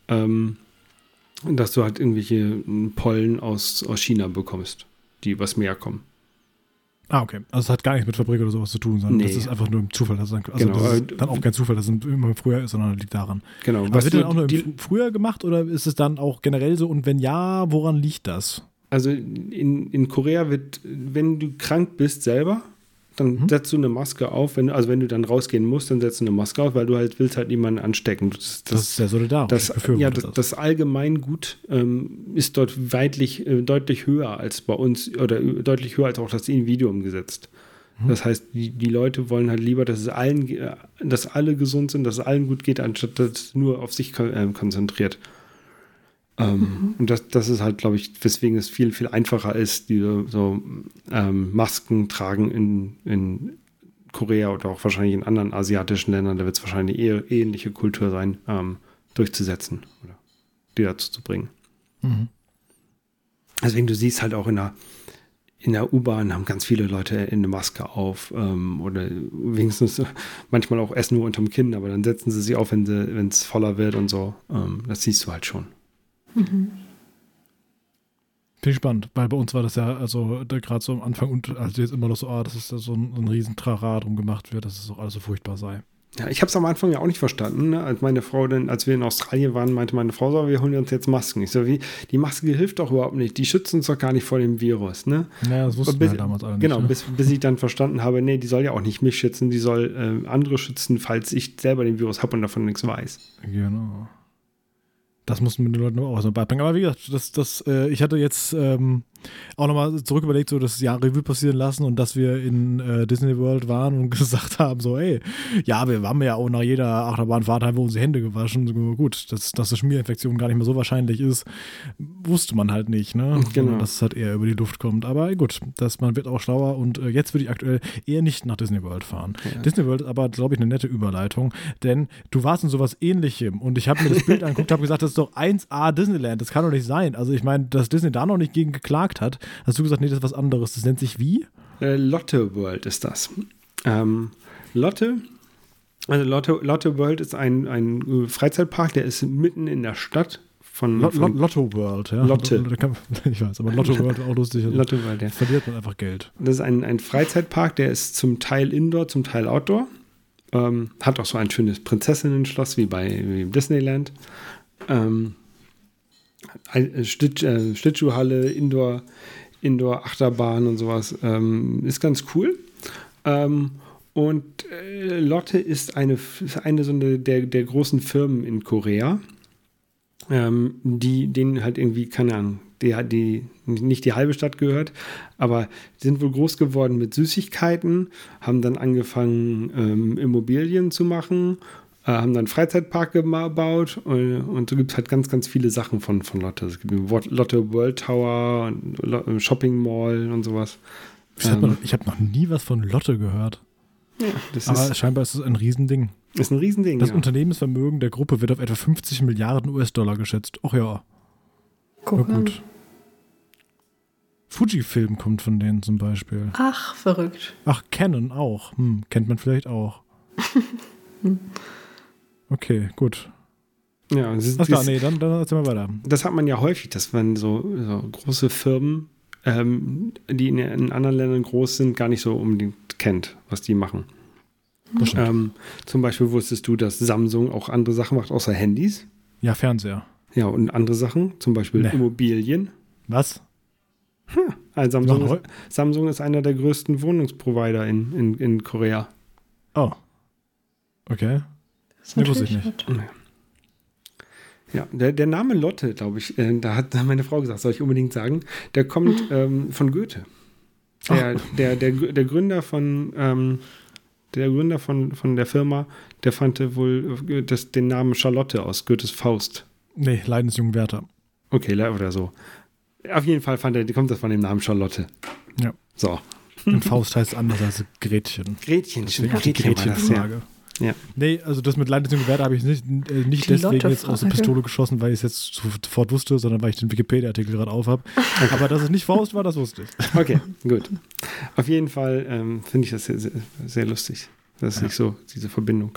dass du halt irgendwelche Pollen aus China bekommst, die übers Meer kommen. Ah, okay. Also es hat gar nichts mit Fabrik oder sowas zu tun, sondern das ist einfach nur ein Zufall. Das ist dann auch kein Zufall, dass es immer früher ist, sondern liegt daran. Genau. Aber wird das auch nur im Frühjahr gemacht oder ist es dann auch generell so? Und wenn ja, woran liegt das? Also in Korea wird, wenn du krank bist selber, dann setzt du eine Maske auf. Wenn du dann rausgehen musst, dann setzt du eine Maske auf, weil du halt willst halt niemanden anstecken. Das ist sehr solidarisch. Das Allgemeingut ist dort deutlich höher als bei uns oder deutlich höher als auch das Individuum gesetzt. Das heißt, die Leute wollen halt lieber, dass alle gesund sind, dass es allen gut geht, anstatt dass es nur auf sich konzentriert. Und das ist halt, glaube ich, weswegen es viel, viel einfacher ist, diese Masken tragen in Korea oder auch wahrscheinlich in anderen asiatischen Ländern, da wird es wahrscheinlich eher ähnliche Kultur sein, durchzusetzen oder die dazu zu bringen. Deswegen, du siehst halt auch in der U-Bahn haben ganz viele Leute eine Maske auf oder wenigstens manchmal auch essen nur unterm Kinn, aber dann setzen sie auf, wenn es voller wird und so. Das siehst du halt schon. Finde ich spannend, weil bei uns war das ja, also gerade so am Anfang und also jetzt immer noch so, dass es da so ein riesen Trara drum gemacht wird, dass es auch alles so furchtbar sei. Ja, ich habe es am Anfang ja auch nicht verstanden. Ne? Als meine Frau als wir in Australien waren, meinte meine Frau so, wir holen uns jetzt Masken. Ich so, die Maske hilft doch überhaupt nicht. Die schützt uns doch gar nicht vor dem Virus. Ne? Ja, das wussten wir damals alle nicht. Genau, bis ich dann verstanden habe, nee, die soll ja auch nicht mich schützen, die soll andere schützen, falls ich selber den Virus habe und davon nichts weiß. Genau. Das mussten wir den Leuten auch so beibringen. Aber wie gesagt, ich hatte jetzt auch nochmal zurück überlegt, so das Jahr Revue passieren lassen und dass wir in Disney World waren und gesagt haben, so ey, ja, wir haben ja auch nach jeder Achterbahnfahrt haben wir unsere Hände gewaschen. So, gut, dass eine Schmierinfektion gar nicht mehr so wahrscheinlich ist, wusste man halt nicht, ne? Genau. Dass es halt eher über die Luft kommt. Aber gut, man wird auch schlauer und jetzt würde ich aktuell eher nicht nach Disney World fahren. Ja. Disney World ist aber, glaube ich, eine nette Überleitung, denn du warst in sowas Ähnlichem und ich habe mir das Bild angeguckt, habe gesagt, das ist doch 1A Disneyland, das kann doch nicht sein. Also ich meine, dass Disney da noch nicht gegen geklagt hat, hast du gesagt, nee, das ist was anderes. Das nennt sich wie? Lotte World ist das. Lotte World ist ein Freizeitpark, der ist mitten in der Stadt von Lotto World, ja. Lotte. Ich weiß, aber Lotto World war auch lustig. Also Lotto World, ja. Verliert man einfach Geld. Das ist ein Freizeitpark, der ist zum Teil Indoor, zum Teil Outdoor. Hat auch so ein schönes Prinzessinnen-Schloss wie bei Disneyland. Schlittschuhhalle, Indoor-Achterbahn und sowas. Ist ganz cool. Und Lotte ist eine so der großen Firmen in Korea, denen halt irgendwie, keine Ahnung, die nicht die halbe Stadt gehört, aber die sind wohl groß geworden mit Süßigkeiten, haben dann angefangen, Immobilien zu machen, haben dann einen Freizeitpark gebaut und so gibt es halt ganz, ganz viele Sachen von Lotte. Es gibt Lotte World Tower, und Shopping Mall und sowas. Ich habe noch nie was von Lotte gehört. Ja, aber scheinbar ist es ein Riesending. Ist ein Riesending, Das Unternehmensvermögen der Gruppe wird auf etwa 50 Milliarden US-Dollar geschätzt. Ach ja. Guck na gut. Fujifilm kommt von denen zum Beispiel. Ach, verrückt. Ach, Canon auch. Kennt man vielleicht auch. Okay, gut. Ja, dann erzähl mal weiter. Das hat man ja häufig, dass wenn so große Firmen, die in anderen Ländern groß sind, gar nicht so unbedingt kennt, was die machen. Zum Beispiel wusstest du, dass Samsung auch andere Sachen macht, außer Handys? Ja, Fernseher. Ja, und andere Sachen, zum Beispiel Immobilien. Was? Also Samsung ist einer der größten Wohnungsprovider in Korea. Oh. Okay. Das wusste ich nicht. Ja, der Name Lotte, glaube ich, da hat meine Frau gesagt, soll ich unbedingt sagen, der kommt von Goethe. Der Gründer von der Firma, der fand wohl den Namen Charlotte aus Goethes Faust. Nee, Leiden des jungen Werther. Okay, oder so. Auf jeden Fall kommt das von dem Namen Charlotte. Ja. So. Und Faust heißt anders als Gretchen. Gretchen war das, Frage. Ja. Nee, also das mit Leiden des jungen Werther habe ich nicht deswegen jetzt aus der Pistole geschossen, weil ich es jetzt sofort wusste, sondern weil ich den Wikipedia-Artikel gerade auf habe. Okay. Aber dass es nicht Faust war, das wusste ich. Okay, gut. Auf jeden Fall finde ich das sehr, sehr, sehr lustig. Das ist nicht so, diese Verbindung.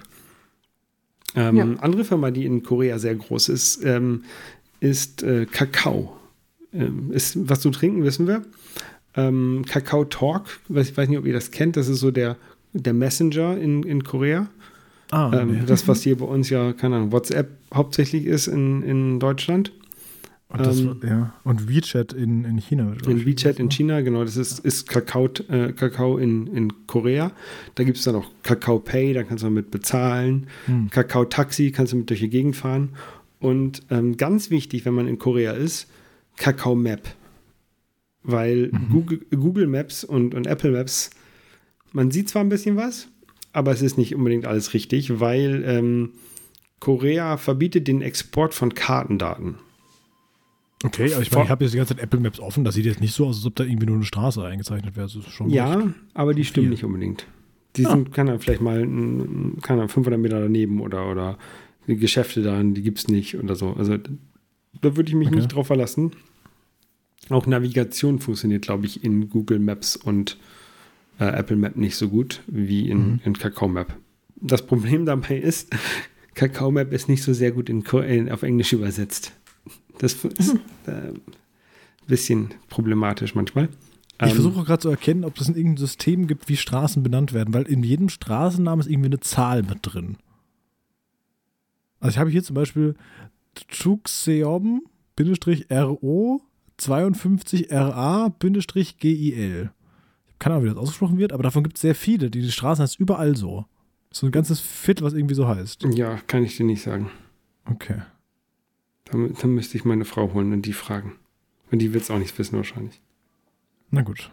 Andere Firma, die in Korea sehr groß ist, ist Kakao. Ist was zu trinken, wissen wir. Kakao Talk, ich weiß nicht, ob ihr das kennt, das ist so der Messenger in Korea. Das, was hier bei uns ja, keine Ahnung, WhatsApp hauptsächlich ist in Deutschland. Und WeChat in China. In WeChat in China, genau, das ist Kakao in Korea. Da gibt es dann auch Kakao Pay, da kannst du mit bezahlen. Kakao Taxi, kannst du mit durch die Gegend fahren. Und ganz wichtig, wenn man in Korea ist, Kakao Map. Weil Google Maps und Apple Maps, man sieht zwar ein bisschen was, aber es ist nicht unbedingt alles richtig, weil Korea verbietet den Export von Kartendaten. Okay, aber ich meine, ich habe jetzt die ganze Zeit Apple Maps offen, das sieht jetzt nicht so aus, als ob da irgendwie nur eine Straße eingezeichnet wäre. Das ist schon aber die stimmen nicht unbedingt. Die sind, vielleicht mal 500 Meter daneben oder die Geschäfte da, die gibt es nicht oder so. Also da würde ich mich nicht drauf verlassen. Auch Navigation funktioniert, glaube ich, in Google Maps und Apple Map nicht so gut wie in Kakao Map. Das Problem dabei ist, Kakao Map ist nicht so sehr gut auf Englisch übersetzt. Das ist ein bisschen problematisch manchmal. Ich versuche gerade zu erkennen, ob es in irgendeinem System gibt, wie Straßen benannt werden, weil in jedem Straßennamen ist irgendwie eine Zahl mit drin. Also ich habe hier zum Beispiel Chukseom-RO 52RA-GIL. Keine Ahnung, wie das ausgesprochen wird, aber davon gibt es sehr viele. Die Straßen heißt überall so. So ein ganzes Viertel, was irgendwie so heißt. Ja, kann ich dir nicht sagen. Okay. Dann müsste ich meine Frau holen und die fragen. Und die wird es auch nicht wissen wahrscheinlich. Na gut.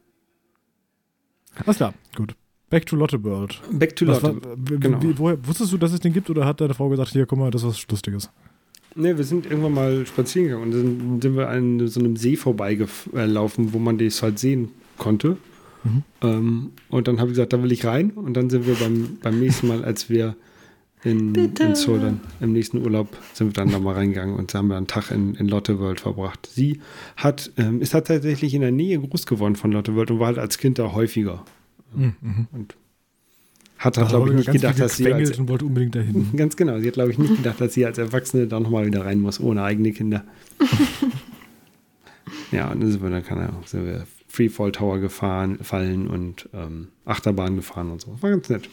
Alles klar, gut. Back to Lotte World. Back to Lotte, genau. Woher wusstest du, dass es den gibt oder hat deine Frau gesagt, hier, guck mal, das ist was Lustiges? Ne, wir sind irgendwann mal spazieren gegangen und dann sind wir an so einem See vorbeigelaufen, wo man das halt sehen konnte. Und dann habe ich gesagt, da will ich rein. Und dann sind wir beim nächsten Mal, als wir in Seoul dann im nächsten Urlaub, sind wir dann da mal reingegangen und haben wir einen Tag in Lotte World verbracht. Sie ist tatsächlich in der Nähe groß geworden von Lotte World und war halt als Kind da häufiger. Und hat glaube ich, nicht gedacht, dass sie und wollte unbedingt dahin. Ganz genau. Sie hat, glaube ich, nicht gedacht, dass sie als Erwachsene da nochmal wieder rein muss, ohne eigene Kinder. Ja, und dann sind wir Freefall Tower fallen und Achterbahn gefahren und so. War ganz nett.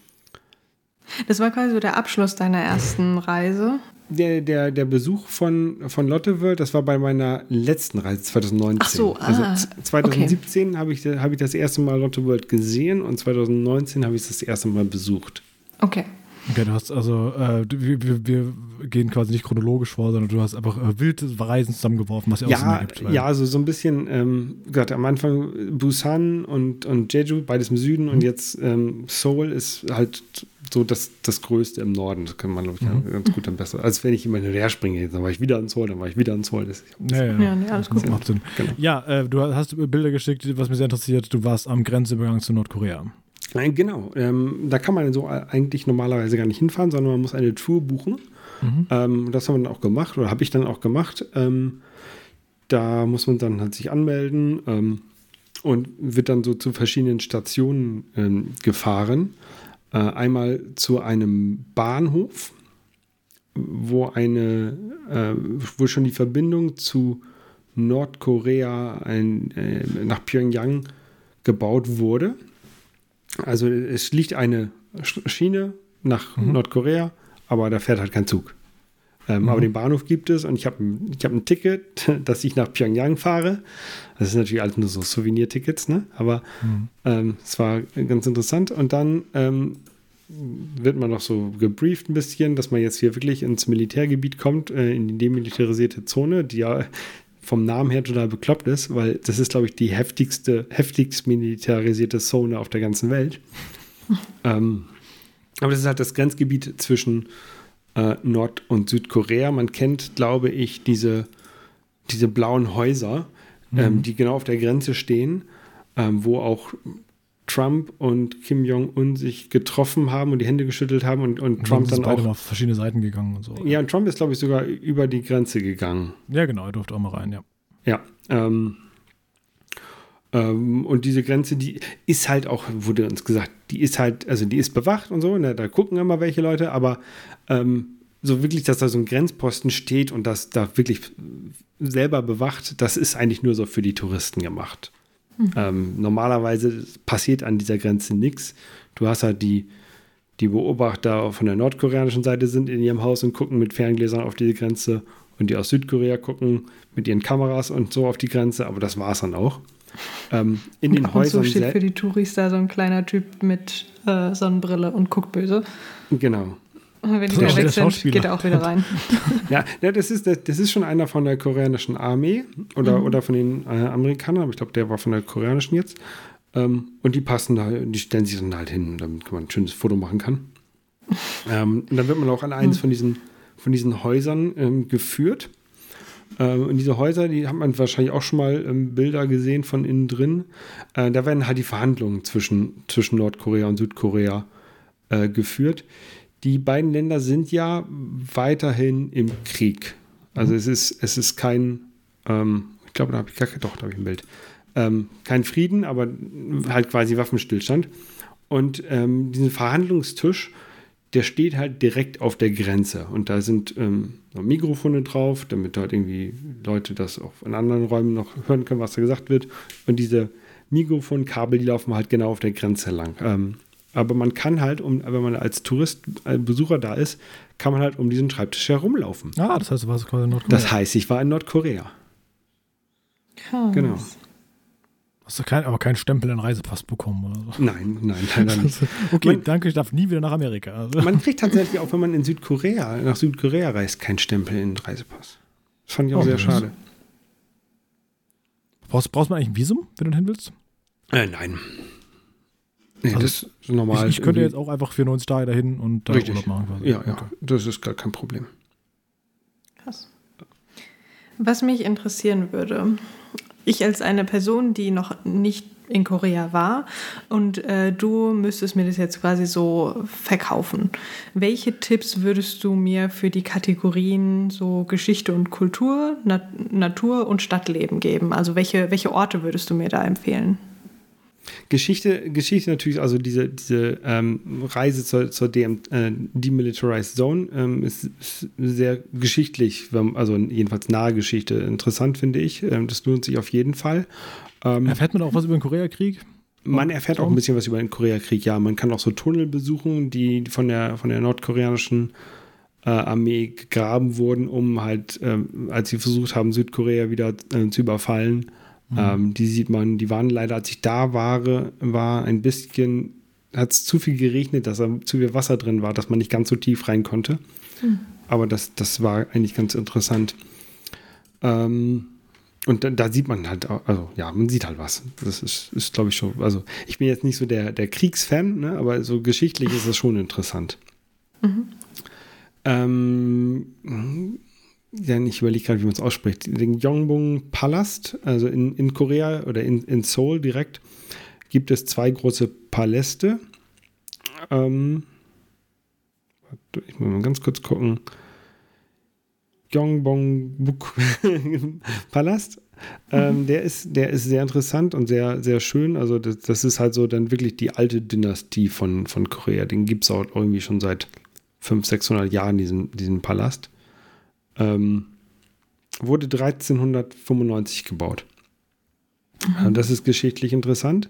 Das war quasi so der Abschluss deiner ersten Reise. Der Besuch von Lotte World, das war bei meiner letzten Reise 2019. Ach so, also 2017 habe ich das erste Mal Lotte World gesehen und 2019 habe ich es das erste Mal besucht. Okay. Okay, du hast also, wir gehen quasi nicht chronologisch vor, sondern du hast einfach wilde Reisen zusammengeworfen, was ja auch Sinn gibt. Ja, also so ein bisschen, gerade am Anfang Busan und Jeju, beides im Süden und jetzt Seoul ist halt so das Größte im Norden. Das kann man, glaube ich, ganz gut dann besser. Als wenn ich immer hinterher springe, dann war ich wieder in Seoul, dann war ich wieder in Seoul. Ja, nee, alles gut. Das macht Sinn. Genau. Ja, du hast Bilder geschickt, was mich sehr interessiert. Du warst am Grenzübergang zu Nordkorea. Genau, da kann man so eigentlich normalerweise gar nicht hinfahren, sondern man muss eine Tour buchen. Das haben wir dann auch gemacht oder habe ich dann auch gemacht. Da muss man dann halt sich anmelden und wird dann so zu verschiedenen Stationen gefahren. Einmal zu einem Bahnhof, wo schon die Verbindung zu Nordkorea nach Pyongyang gebaut wurde. Also es liegt eine Schiene nach Nordkorea, aber da fährt halt kein Zug. Aber den Bahnhof gibt es und ich habe ein Ticket, dass ich nach Pyongyang fahre. Das ist natürlich alles nur so Souvenir-Tickets, ne? Aber es war ganz interessant. Und dann wird man noch so gebrieft ein bisschen, dass man jetzt hier wirklich ins Militärgebiet kommt, in die demilitarisierte Zone, die ja vom Namen her total bekloppt ist, weil das ist, glaube ich, die heftigst militarisierte Zone auf der ganzen Welt. Aber das ist halt das Grenzgebiet zwischen Nord- und Südkorea. Man kennt, glaube ich, diese blauen Häuser, die genau auf der Grenze stehen, wo auch Trump und Kim Jong-un sich getroffen haben und die Hände geschüttelt haben und Trump dann auch auf verschiedene Seiten gegangen und so. Ja, und Trump ist, glaube ich, sogar über die Grenze gegangen. Ja, genau, er durfte auch mal rein, ja. Ja, und diese Grenze, die ist halt auch, wurde uns gesagt, die ist halt, also die ist bewacht und so, ne, da gucken immer welche Leute, aber so wirklich, dass da so ein Grenzposten steht und das da wirklich selber bewacht, das ist eigentlich nur so für die Touristen gemacht. Normalerweise passiert an dieser Grenze nichts. Du hast halt die Beobachter von der nordkoreanischen Seite sind in ihrem Haus und gucken mit Ferngläsern auf diese Grenze und die aus Südkorea gucken mit ihren Kameras und so auf die Grenze, aber das war es dann auch. In den Häusern so steht für die Touris da so ein kleiner Typ mit Sonnenbrille und guckt böse. Genau. Und wenn die da weg sind, geht er auch wieder rein. Ja, das ist schon einer von der koreanischen Armee oder von den Amerikanern, aber ich glaube, der war von der koreanischen jetzt. Und die passen da, die stellen sich dann halt hin, damit man ein schönes Foto machen kann. Und dann wird man auch an eins von diesen Häusern geführt. Und diese Häuser, die hat man wahrscheinlich auch schon mal Bilder gesehen von innen drin. Da werden halt die Verhandlungen zwischen Nordkorea und Südkorea geführt. Die beiden Länder sind ja weiterhin im Krieg. Also es ist kein, ich glaube, da habe ich ein Bild. Kein Frieden, aber halt quasi Waffenstillstand. Und diesen Verhandlungstisch, der steht halt direkt auf der Grenze. Und da sind noch Mikrofone drauf, damit halt irgendwie Leute das auch in anderen Räumen noch hören können, was da gesagt wird. Und diese Mikrofonkabel, die laufen halt genau auf der Grenze lang. Aber man kann halt, wenn man als Tourist, Besucher da ist, kann man halt um diesen Schreibtisch herumlaufen. Ah, das heißt, du warst quasi in Nordkorea. Das heißt, ich war in Nordkorea. Krass. Genau. Hast du aber keinen Stempel in den Reisepass bekommen oder so? Nein, leider nicht. Okay, danke, ich darf nie wieder nach Amerika. Also. Man kriegt tatsächlich auch, wenn man nach Südkorea reist, keinen Stempel in den Reisepass. Das fand ich auch sehr schade. Brauchst du eigentlich ein Visum, wenn du hin willst? Nein. Nee, also das ist normal. Ich könnte jetzt auch einfach für 90 Tage dahin und da Urlaub machen. Quasi. Ja, okay. Das ist gar kein Problem. Krass. Was mich interessieren würde, ich als eine Person, die noch nicht in Korea war und du müsstest mir das jetzt quasi so verkaufen. Welche Tipps würdest du mir für die Kategorien so Geschichte und Kultur, Natur und Stadtleben geben? Also welche Orte würdest du mir da empfehlen? Geschichte natürlich, also diese Reise zur Demilitarized Zone ist sehr geschichtlich, also jedenfalls nahe Geschichte interessant, finde ich. Das lohnt sich auf jeden Fall. Erfährt man auch was über den Koreakrieg? Man erfährt auch ein bisschen was über den Koreakrieg, ja. Man kann auch so Tunnel besuchen, die von der nordkoreanischen Armee gegraben wurden, um halt, als sie versucht haben, Südkorea wieder zu überfallen. Die sieht man, die waren leider, als ich da war ein bisschen, hat es zu viel geregnet, dass da zu viel Wasser drin war, dass man nicht ganz so tief rein konnte. Aber das war eigentlich ganz interessant. Und da sieht man halt, also ja, man sieht halt was. Das ist glaube ich schon, also ich bin jetzt nicht so der Kriegsfan, ne, aber so geschichtlich ist das schon interessant. Ja, ich überlege gerade, wie man es ausspricht. Den Gyeongbong-Palast, also in Korea oder in Seoul direkt, gibt es 2 große Paläste. Ich muss mal ganz kurz gucken. Gyeongbong-Palast. Der ist sehr interessant und sehr, sehr schön. Also das ist halt so dann wirklich die alte Dynastie von Korea. Den gibt es auch irgendwie schon seit 500-600 Jahren, diesen Palast. Wurde 1395 gebaut. Das ist geschichtlich interessant.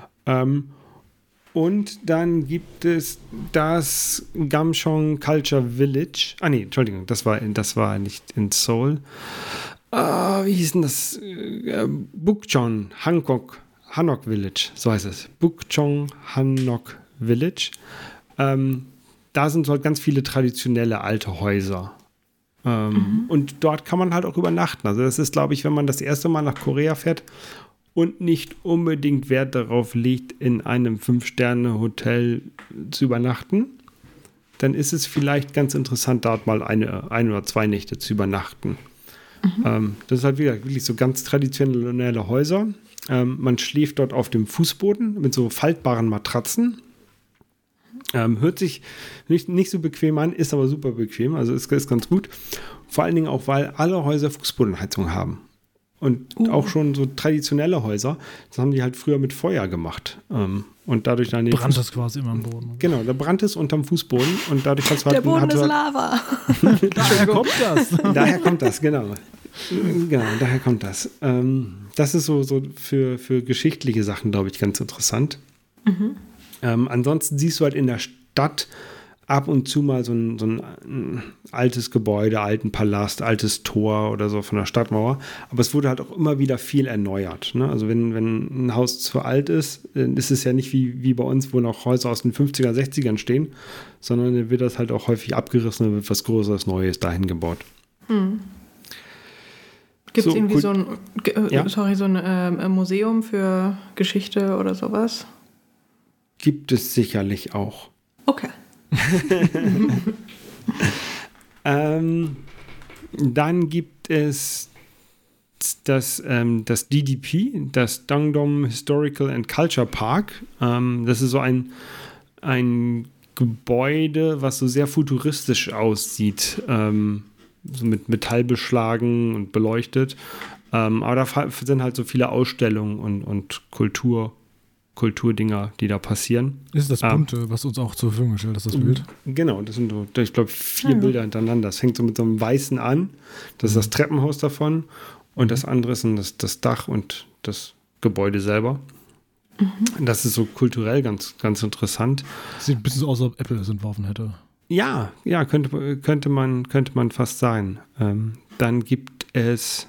Und dann gibt es das Gamcheong Culture Village. Entschuldigung, das war nicht in Seoul. Wie hieß denn das? Bukchon Hanok Village, so heißt es. Bukchon Hanok Village. Da sind halt ganz viele traditionelle alte Häuser. Und dort kann man halt auch übernachten. Also das ist, glaube ich, wenn man das erste Mal nach Korea fährt und nicht unbedingt Wert darauf legt, in einem 5-Sterne-Hotel zu übernachten, dann ist es vielleicht ganz interessant, dort mal eine oder 2 Nächte zu übernachten. Das ist halt wirklich so ganz traditionelle Häuser. Man schläft dort auf dem Fußboden mit so faltbaren Matratzen. Hört sich nicht so bequem an, ist aber super bequem, also ist ganz gut. Vor allen Dingen auch, weil alle Häuser Fußbodenheizung haben. Und auch schon so traditionelle Häuser, das haben die halt früher mit Feuer gemacht. Und dadurch dann brannt es quasi immer am Boden. Genau, da brannt es unterm Fußboden und dadurch hast du halt... Der Boden ist Lava. Daher kommt das. Daher kommt das, genau. Genau, daher kommt das. Das ist so für geschichtliche Sachen, glaube ich, ganz interessant. Ansonsten siehst du halt in der Stadt ab und zu mal so ein altes Gebäude, alten Palast, altes Tor oder so von der Stadtmauer. Aber es wurde halt auch immer wieder viel erneuert. Ne? Also wenn ein Haus zu alt ist, dann ist es ja nicht wie bei uns, wo noch Häuser aus den 50er, 60ern stehen, sondern dann wird das halt auch häufig abgerissen und wird was Größeres, Neues dahin gebaut. Gibt es irgendwie so ein Museum für Geschichte oder sowas? Gibt es sicherlich auch. Okay. Dann gibt es das DDP, das Dangdong Historical and Culture Park. Das ist so ein Gebäude, was so sehr futuristisch aussieht, so mit Metall beschlagen und beleuchtet. Aber da sind halt so viele Ausstellungen und Kulturdinger, die da passieren. Ist das Bunte, was uns auch zur Verfügung gestellt ist, das Bild? Genau, das sind so, ich glaube, 4 Bilder hintereinander. Das fängt so mit so einem Weißen an. Das ist das Treppenhaus davon. Und das andere ist das Dach und das Gebäude selber. Das ist so kulturell ganz, ganz interessant. Sieht ein bisschen so aus, als ob Apple es entworfen hätte. Ja, könnte man fast sein. Dann gibt es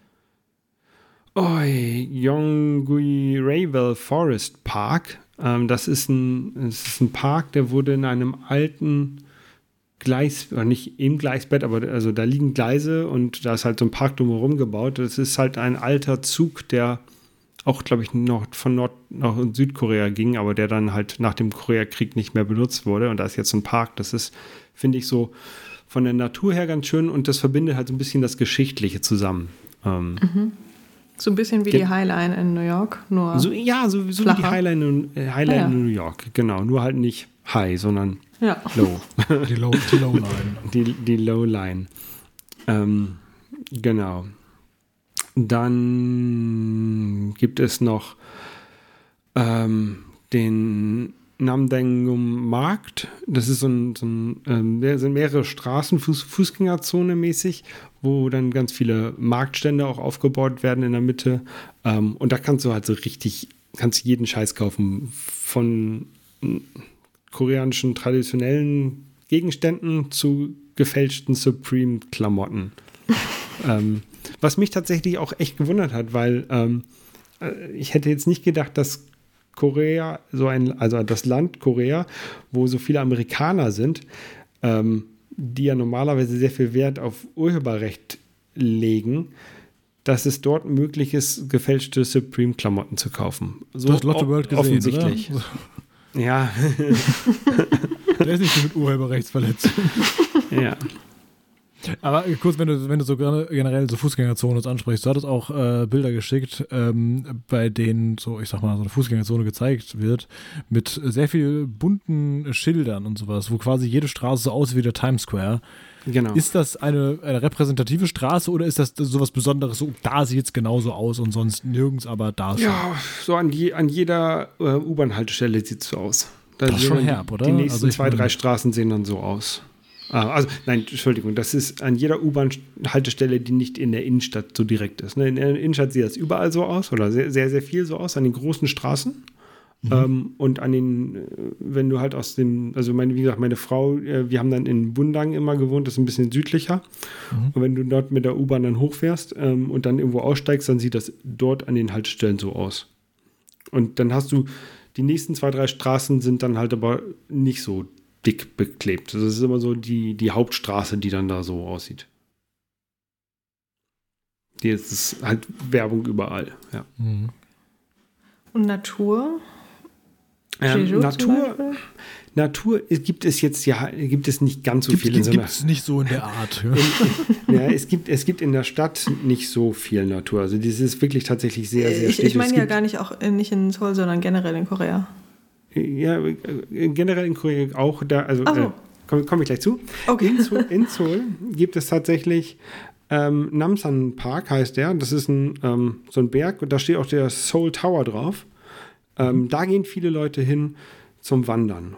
Yonggui Raywell Forest Park. Das ist ein Park, der wurde in einem alten Gleis, oder nicht im Gleisbett, aber also da liegen Gleise und da ist halt so ein Park drumherum gebaut. Das ist halt ein alter Zug, der auch, glaube ich, noch von nach Südkorea ging, aber der dann halt nach dem Koreakrieg nicht mehr benutzt wurde. Und da ist jetzt ein Park. Das ist, finde ich, so von der Natur her ganz schön und das verbindet halt so ein bisschen das Geschichtliche zusammen. So ein bisschen wie die Highline in New York, nur so wie die Highline in New York, genau. Nur halt nicht High, sondern Low. Die Low-Line. Die Low-Line. Genau. Dann gibt es noch den Namdaengum Markt. Das ist da sind mehrere Straßen, Fußgängerzone mäßig, wo dann ganz viele Marktstände auch aufgebaut werden in der Mitte. Und da kannst du halt so kannst jeden Scheiß kaufen. Von koreanischen traditionellen Gegenständen zu gefälschten Supreme-Klamotten. Was mich tatsächlich auch echt gewundert hat, weil ich hätte jetzt nicht gedacht, dass Korea, also das Land Korea, wo so viele Amerikaner sind, die ja normalerweise sehr viel Wert auf Urheberrecht legen, dass es dort möglich ist, gefälschte Supreme-Klamotten zu kaufen. So du hast Lotte World gesehen, offensichtlich. Oder? Ja. Der ist nicht so mit Urheberrechtsverletzung. Ja. Aber kurz, wenn du so generell so Fußgängerzonen ansprichst, du hattest auch Bilder geschickt, bei denen so, ich sag mal, so eine Fußgängerzone gezeigt wird, mit sehr viel bunten Schildern und sowas, wo quasi jede Straße so aussieht wie der Times Square. Genau. Ist das eine repräsentative Straße oder ist das sowas Besonderes, so da sieht es genauso aus und sonst nirgends, aber da schon? Ja, so an jeder U-Bahn-Haltestelle sieht es so aus. Das ist schon herb, oder? Die nächsten 2-3 Straßen sehen dann so aus. Also, nein, Entschuldigung, das ist an jeder U-Bahn-Haltestelle, die nicht in der Innenstadt so direkt ist. In der Innenstadt sieht das überall so aus oder sehr, sehr, sehr viel so aus, an den großen Straßen. Und an den, wenn du halt wie gesagt, meine Frau, wir haben dann in Bundang immer gewohnt, das ist ein bisschen südlicher. Und wenn du dort mit der U-Bahn dann hochfährst und dann irgendwo aussteigst, dann sieht das dort an den Haltestellen so aus. Und dann hast du, die nächsten 2-3 Straßen sind dann halt aber nicht so dick beklebt. Das ist immer so die Hauptstraße, die dann da so aussieht. Die ist halt Werbung überall. Ja. Und Natur? Natur gibt es nicht ganz so viel. Gibt es nicht so in der Art. Es gibt in der Stadt nicht so viel Natur. Also das ist wirklich tatsächlich sehr, sehr Ich meine ja gar nicht nicht in Seoul, sondern generell in Korea. Ja, generell in Korea auch. Komme ich gleich zu. Okay. In Seoul gibt es tatsächlich Namsan Park, heißt der. Das ist so ein Berg und da steht auch der Seoul Tower drauf. Da gehen viele Leute hin zum Wandern.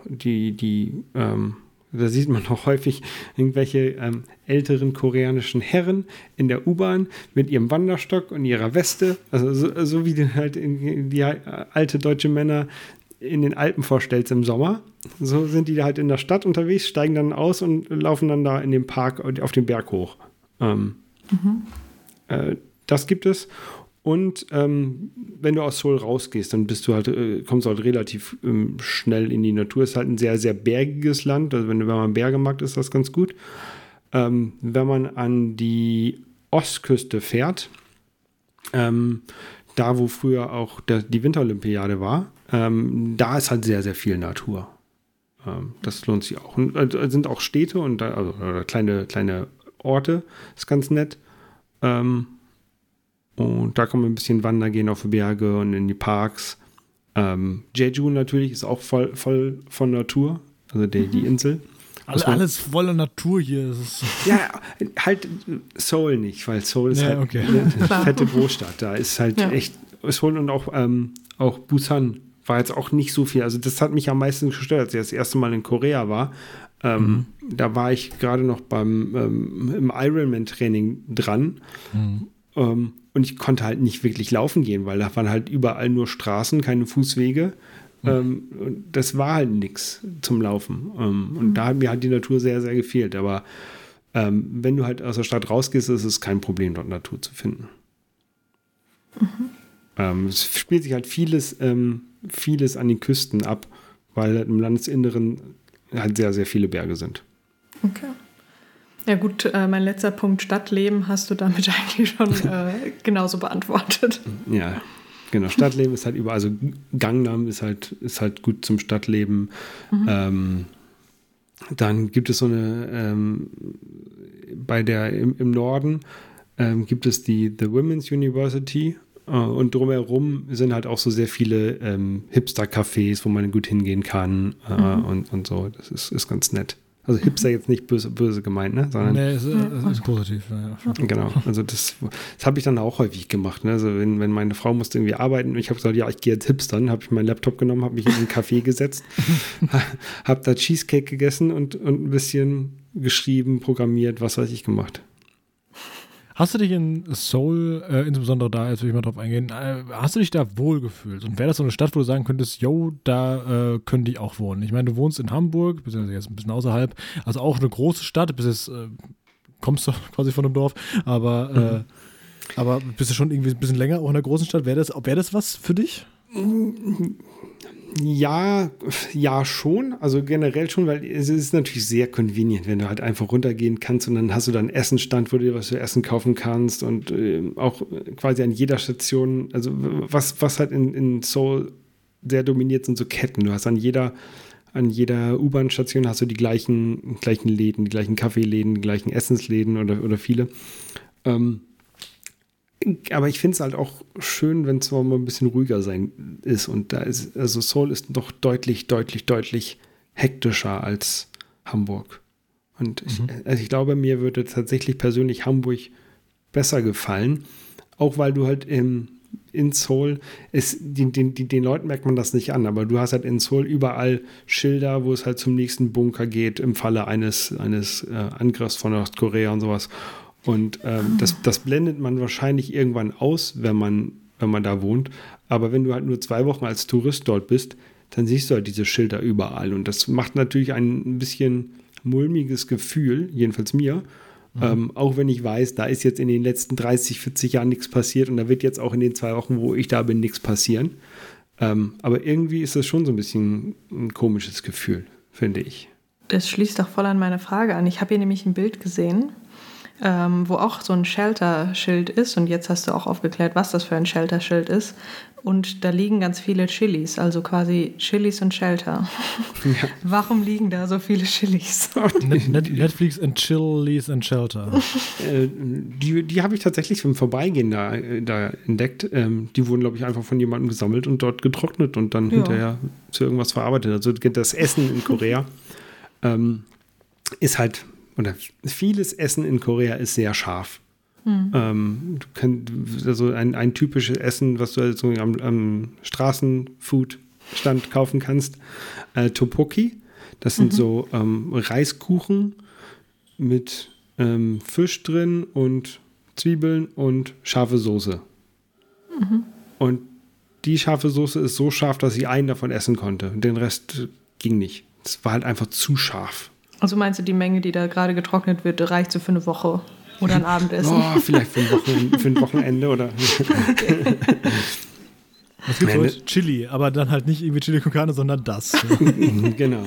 Da sieht man auch häufig irgendwelche älteren koreanischen Herren in der U-Bahn mit ihrem Wanderstock und ihrer Weste. Also so wie die alte deutsche Männer in den Alpen vorstellst im Sommer. So sind die halt in der Stadt unterwegs, steigen dann aus und laufen dann da in dem Park auf den Berg hoch. Das gibt es. Und wenn du aus Seoul rausgehst, dann kommst du halt relativ schnell in die Natur. Es ist halt ein sehr, sehr bergiges Land. Also wenn man Berge mag, ist das ganz gut. Wenn man an die Ostküste fährt, da wo früher auch die Winterolympiade war, da ist halt sehr, sehr viel Natur. Das lohnt sich auch. Und, sind auch Städte und oder kleine Orte. Ist ganz nett. Und da kann man ein bisschen wandern gehen auf die Berge und in die Parks. Jeju natürlich ist auch voll von Natur, also die Insel. Alles voller Natur hier. Ja, halt Seoul nicht, weil Seoul ist eine fette Großstadt. Da ist halt echt Seoul und auch Busan war jetzt auch nicht so viel. Also das hat mich am meisten gestört, als ich das erste Mal in Korea war. Da war ich gerade noch im Ironman-Training dran. Und ich konnte halt nicht wirklich laufen gehen, weil da waren halt überall nur Straßen, keine Fußwege. Das war halt nichts zum Laufen. Und da hat mir halt die Natur sehr, sehr gefehlt. Aber wenn du halt aus der Stadt rausgehst, ist es kein Problem, dort Natur zu finden. Es spielt sich halt vieles an den Küsten ab, weil halt im Landesinneren halt sehr, sehr viele Berge sind. Okay. Ja gut, mein letzter Punkt Stadtleben hast du damit eigentlich schon genauso beantwortet. Ja, genau. Stadtleben ist halt überall, also Gangnam ist halt gut zum Stadtleben. Dann gibt es so eine, im Norden gibt es die The Women's University und drumherum sind halt auch so sehr viele Hipster-Cafés, wo man gut hingehen kann und so. Das ist ganz nett. Also Hipster jetzt nicht böse gemeint, ne? Sondern nee, ist positiv. Ja. Genau, also das habe ich dann auch häufig gemacht. Ne? Also wenn meine Frau musste irgendwie arbeiten und ich habe gesagt, ja, ich gehe jetzt hipstern, habe ich meinen Laptop genommen, habe mich in einen Café gesetzt, habe da Cheesecake gegessen und ein bisschen geschrieben, programmiert, was weiß ich gemacht. Hast du dich in Seoul, insbesondere da, jetzt will ich mal drauf eingehen, hast du dich da wohlgefühlt? Und wäre das so eine Stadt, wo du sagen könntest, yo, da könnte ich auch wohnen? Ich meine, du wohnst in Hamburg, beziehungsweise jetzt ein bisschen außerhalb, also auch eine große Stadt, bis jetzt kommst du quasi von einem Dorf, aber bist du schon irgendwie ein bisschen länger auch in einer großen Stadt? Wäre das was für dich? Ja, schon. Also generell schon, weil es ist natürlich sehr convenient, wenn du halt einfach runtergehen kannst und dann hast du da einen Essenstand, wo du dir was zu essen kaufen kannst und auch quasi an jeder Station, also was halt in Seoul sehr dominiert, sind so Ketten. Du hast an jeder U-Bahn-Station hast du die gleichen Läden, die gleichen Kaffeeläden, die gleichen Essensläden oder viele. Aber ich finde es halt auch schön, wenn es mal ein bisschen ruhiger ist. Und da ist, also Seoul ist doch deutlich hektischer als Hamburg. Und ich glaube, mir würde tatsächlich persönlich Hamburg besser gefallen. Auch weil du halt in Seoul, den Leuten merkt man das nicht an, aber du hast halt in Seoul überall Schilder, wo es halt zum nächsten Bunker geht, im Falle eines Angriffs von Nordkorea und sowas. Und das blendet man wahrscheinlich irgendwann aus, wenn man da wohnt. Aber wenn du halt nur 2 Wochen als Tourist dort bist, dann siehst du halt diese Schilder überall. Und das macht natürlich ein bisschen mulmiges Gefühl, jedenfalls mir. Auch wenn ich weiß, da ist jetzt in den letzten 30, 40 Jahren nichts passiert und da wird jetzt auch in den 2 Wochen, wo ich da bin, nichts passieren. Aber irgendwie ist das schon so ein bisschen ein komisches Gefühl, finde ich. Das schließt doch voll an meine Frage an. Ich habe hier nämlich ein Bild gesehen, wo auch so ein Shelter-Schild ist. Und jetzt hast du auch aufgeklärt, was das für ein Shelter-Schild ist. Und da liegen ganz viele Chilis, also quasi Chilis und Shelter. Ja. Warum liegen da so viele Chilis? Netflix and Chilis and Shelter. Die habe ich tatsächlich beim Vorbeigehen da entdeckt. Die wurden, glaube ich, einfach von jemandem gesammelt und dort getrocknet und dann hinterher zu irgendwas verarbeitet. Also das Essen in Korea ist halt, oder vieles Essen in Korea ist sehr scharf. Also ein typisches Essen, was du also am Straßenfood-Stand kaufen kannst, Tteokbokki. Das sind so Reiskuchen mit Fisch drin und Zwiebeln und scharfe Soße. Und die scharfe Soße ist so scharf, dass ich einen davon essen konnte. Und den Rest ging nicht. Es war halt einfach zu scharf. Also meinst du, die Menge, die da gerade getrocknet wird, reicht so für eine Woche oder ein Abendessen? Oh, vielleicht für ein Wochenende oder. Es gibt heute Chili, aber dann halt nicht irgendwie Chili con Carne, sondern das. Genau.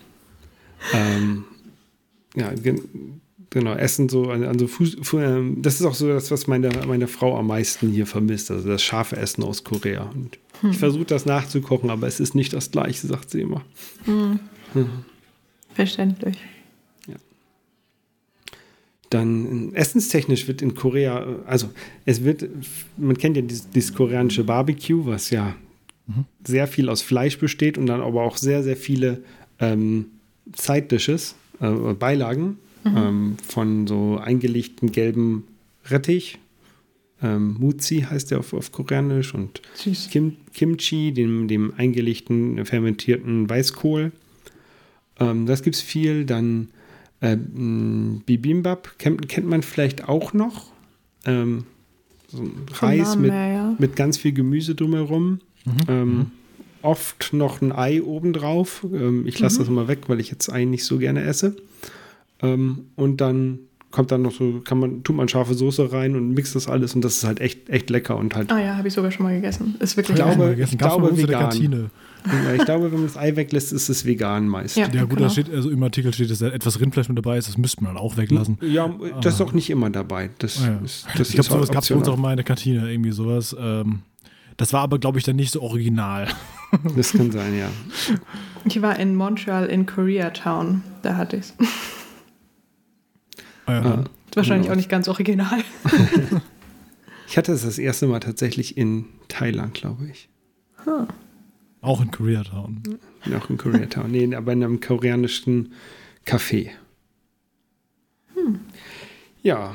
Genau, Essen so an so das ist auch so das, was meine Frau am meisten hier vermisst, also das scharfe Essen aus Korea. Und ich versuche das nachzukochen, aber es ist nicht das Gleiche, sagt sie immer. Verständlich. Ja. Dann essenstechnisch wird in Korea, also man kennt ja dieses koreanische Barbecue, was ja sehr viel aus Fleisch besteht und dann aber auch sehr, sehr viele Side Dishes, Beilagen von so eingelegten gelben Rettich. Mutsi heißt der auf Koreanisch und Kimchi, dem eingelegten fermentierten Weißkohl. Das gibt es viel. Dann Bibimbap kennt man vielleicht auch noch. So ein Reis mit ganz viel Gemüse drumherum. Oft noch ein Ei obendrauf. Ich lasse das immer weg, weil ich jetzt Ei nicht so gerne esse. Und dann kommt dann noch so, tut man scharfe Soße rein und mixt das alles und das ist halt echt lecker und halt. Ah ja, habe ich sogar schon mal gegessen. Ist wirklich ich glaube vegan. vegan. Ja, ich glaube, wenn man das Ei weglässt, ist es vegan meist. Ja, gut, genau. da steht, also im Artikel steht, dass da etwas Rindfleisch mit dabei ist, das müsste man dann auch weglassen. Ja, das ist auch nicht immer dabei. Ich glaube, sowas gab es bei uns auch mal in der Kantine, irgendwie sowas. Das war aber, glaube ich, dann nicht so original. Das kann sein, ja. Ich war in Montreal in Koreatown, da hatte ich es. Ist wahrscheinlich auch nicht ganz original. Ich hatte es das erste Mal tatsächlich in Thailand, glaube ich. Auch in Koreatown. Auch in Koreatown. Nee, aber in einem koreanischen Café. Ja.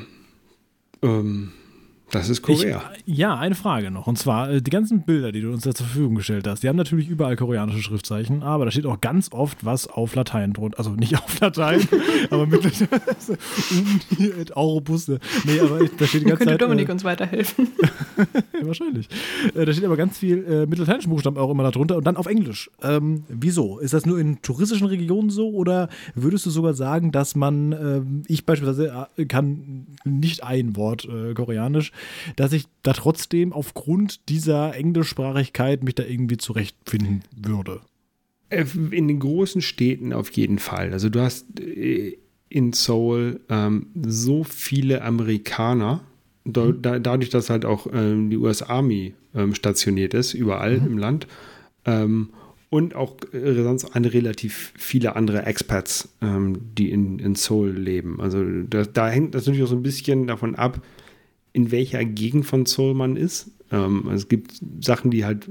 Das ist Korea. Eine Frage noch. Und zwar, die ganzen Bilder, die du uns da zur Verfügung gestellt hast, die haben natürlich überall koreanische Schriftzeichen, aber da steht auch ganz oft was auf Latein drunter. Also nicht auf Latein, aber mit Aurobuste. Nee, aber da steht die ganze Könnte Zeit, Dominik uns weiterhelfen. Ja, wahrscheinlich. Da steht aber ganz viel mit lateinischen Buchstaben auch immer da drunter und dann auf Englisch. Wieso? Ist das nur in touristischen Regionen so oder würdest du sogar sagen, dass man, ich beispielsweise kann nicht ein Wort Koreanisch, dass ich da trotzdem aufgrund dieser Englischsprachigkeit mich da irgendwie zurechtfinden würde? In den großen Städten auf jeden Fall. Also du hast in Seoul so viele Amerikaner, dadurch, dass halt auch die US Army stationiert ist, überall im Land, und auch sonst relativ viele andere Expats, die in Seoul leben. Also da hängt das natürlich auch so ein bisschen davon ab, in welcher Gegend von Seoul man ist. Es gibt Sachen, die halt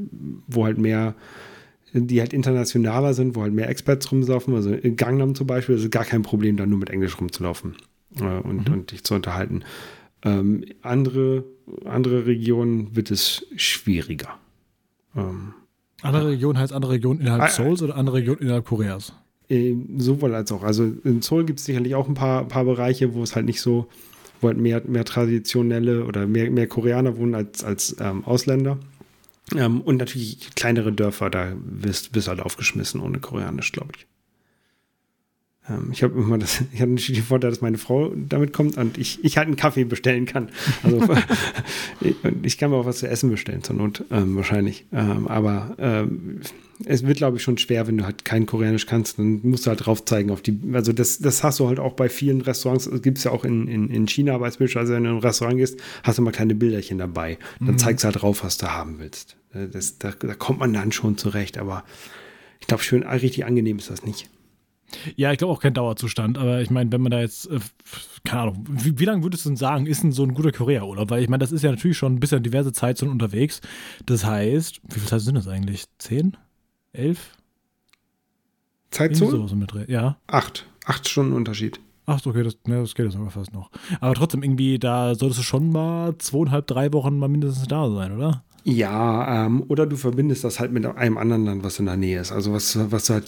internationaler sind, wo halt mehr Experts rumlaufen. Also in Gangnam zum Beispiel ist es gar kein Problem, da nur mit Englisch rumzulaufen und dich zu unterhalten. Andere Regionen wird es schwieriger. Andere Region heißt andere Region innerhalb Seouls oder andere Region innerhalb Koreas? Sowohl als auch. Also in Seoul gibt es sicherlich auch ein paar Bereiche, wo es halt nicht so, wo halt mehr traditionelle oder mehr Koreaner wohnen als Ausländer. Und natürlich kleinere Dörfer, da wirst halt aufgeschmissen ohne Koreanisch, glaube ich. Ich hatte natürlich den Vorteil, dass meine Frau damit kommt und ich halt einen Kaffee bestellen kann. Also ich kann mir auch was zu essen bestellen zur Not, wahrscheinlich. Aber es wird, glaube ich, schon schwer, wenn du halt kein Koreanisch kannst, dann musst du halt drauf zeigen auf die, also das hast du halt auch bei vielen Restaurants, das gibt es ja auch in China beispielsweise, wenn du in ein Restaurant gehst, hast du mal kleine Bilderchen dabei. Dann zeigst du halt drauf, was du haben willst. Da kommt man dann schon zurecht, aber ich glaube, schön richtig angenehm ist das nicht. Ja, ich glaube auch kein Dauerzustand, aber ich meine, wenn man da jetzt, keine Ahnung, wie lange würdest du denn sagen, ist denn so ein guter Korea-Urlaub? Weil ich meine, das ist ja natürlich schon ein bisschen diverse Zeitzonen unterwegs. Das heißt, wie viele Zeiten sind das eigentlich? 10? 11? Zeitzonen? So mit, ja. 8 Stunden Unterschied. Ach, okay, das geht ja sogar fast noch. Aber trotzdem, irgendwie, da solltest du schon mal 2,5, 3 Wochen mal mindestens da sein, oder? Ja, oder du verbindest das halt mit einem anderen Land, was in der Nähe ist. Also was du halt...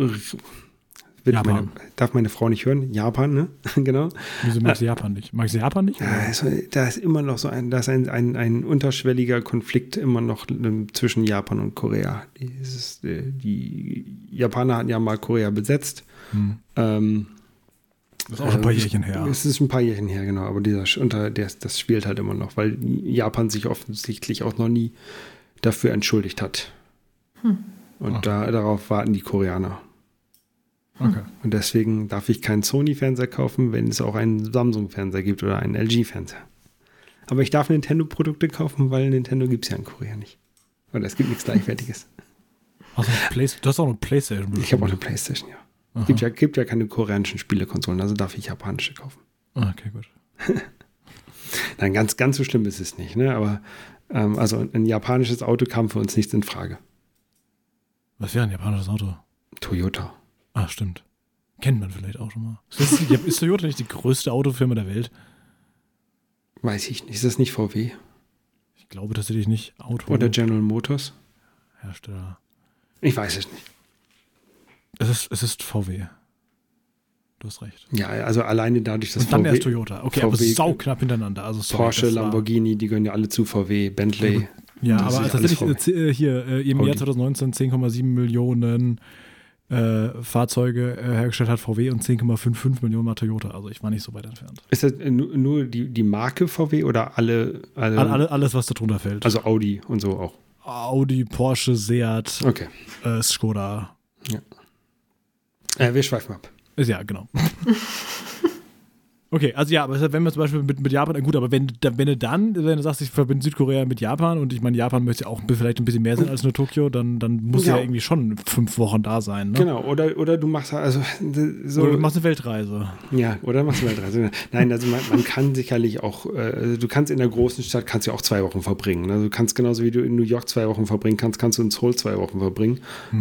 Darf meine Frau nicht hören? Japan, ne? Genau. Wieso magst du Japan nicht? Magst du Japan nicht? Also, da ist immer noch so ein unterschwelliger Konflikt immer noch zwischen Japan und Korea. Die Japaner hatten ja mal Korea besetzt. Das ist auch schon ein paar Jährchen her. Es ist ein paar Jährchen her, genau. Aber das spielt halt immer noch, weil Japan sich offensichtlich auch noch nie dafür entschuldigt hat. Und darauf warten die Koreaner. Okay. Und deswegen darf ich keinen Sony-Fernseher kaufen, wenn es auch einen Samsung-Fernseher gibt oder einen LG-Fernseher. Aber ich darf Nintendo-Produkte kaufen, weil Nintendo gibt es ja in Korea nicht. Oder es gibt nichts Gleichwertiges. Du hast auch eine Playstation. Ich habe auch eine Playstation, ja. Gibt ja keine koreanischen Spielekonsolen, also darf ich japanische kaufen. Okay, gut. Nein, ganz so schlimm ist es nicht, ne? Aber also ein japanisches Auto kam für uns nicht in Frage. Was wäre ein japanisches Auto? Toyota. Ah, stimmt. Kennt man vielleicht auch schon mal. Ist Toyota nicht die größte Autofirma der Welt? Weiß ich nicht. Ist das nicht VW? Ich glaube tatsächlich nicht. Auto. Oder General Motors? Hersteller. Ich weiß es nicht. Es ist VW. Du hast recht. Ja, also alleine dadurch, dass und dann erst Toyota. Okay, aber sauknapp hintereinander. Also sorry, Porsche, Lamborghini, die gehören ja alle zu VW, Bentley. Ja, aber tatsächlich hier im Jahr 2019 10,7 Millionen Fahrzeuge hergestellt hat VW und 10,55 Millionen mal Toyota. Also ich war nicht so weit entfernt. Ist das nur die Marke VW oder alles, was da drunter fällt? Also Audi und so auch. Audi, Porsche, Seat, Okay. Skoda. Ja. Wir schweifen ab. Ja, genau. Okay, also ja, aber wenn wir zum Beispiel mit Japan, gut, aber wenn du sagst, ich verbinde Südkorea mit Japan und ich meine, Japan möchte ja auch vielleicht ein bisschen mehr sein als nur Tokio, dann muss ja irgendwie schon 5 Wochen da sein, ne? Genau, oder du machst oder du machst eine Weltreise. Ja, oder machst eine Weltreise. Nein, also man kann sicherlich auch, du kannst in der großen Stadt, kannst ja auch 2 Wochen verbringen. Also du kannst genauso wie du in New York 2 Wochen verbringen kannst, kannst du in Seoul 2 Wochen verbringen.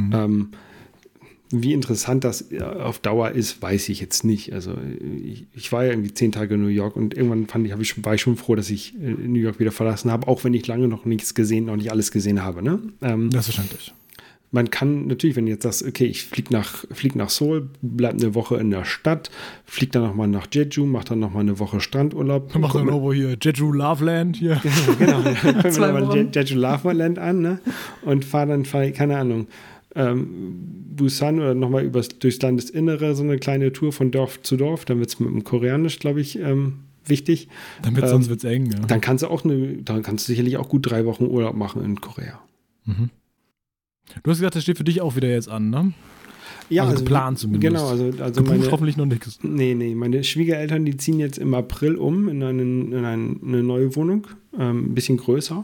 Wie interessant das auf Dauer ist, weiß ich jetzt nicht. Also ich war ja irgendwie 10 Tage in New York und irgendwann war ich schon froh, dass ich New York wieder verlassen habe, auch wenn ich lange noch nicht alles gesehen habe. Ne? Selbstverständlich. Man kann natürlich, wenn du jetzt sagst, okay, ich flieg nach Seoul, bleib eine Woche in der Stadt, flieg dann nochmal nach Jeju, mach dann nochmal eine Woche Strandurlaub. Mach dann irgendwo hier Jeju Loveland hier. Genau, dann können wir mal Jeju Loveland an, ne? Und fahr keine Ahnung, Busan oder nochmal durchs Landesinnere, so eine kleine Tour von Dorf zu Dorf, dann wird es mit dem Koreanisch, glaube ich, wichtig. Sonst wird es eng, ja. Dann kannst du sicherlich auch gut 3 Wochen Urlaub machen in Korea. Mhm. Du hast gesagt, das steht für dich auch wieder jetzt an, ne? Ja, also geplant zumindest. Genau, also gebucht hoffentlich noch nichts. Nee, meine Schwiegereltern, die ziehen jetzt im April um in eine neue Wohnung, ein bisschen größer.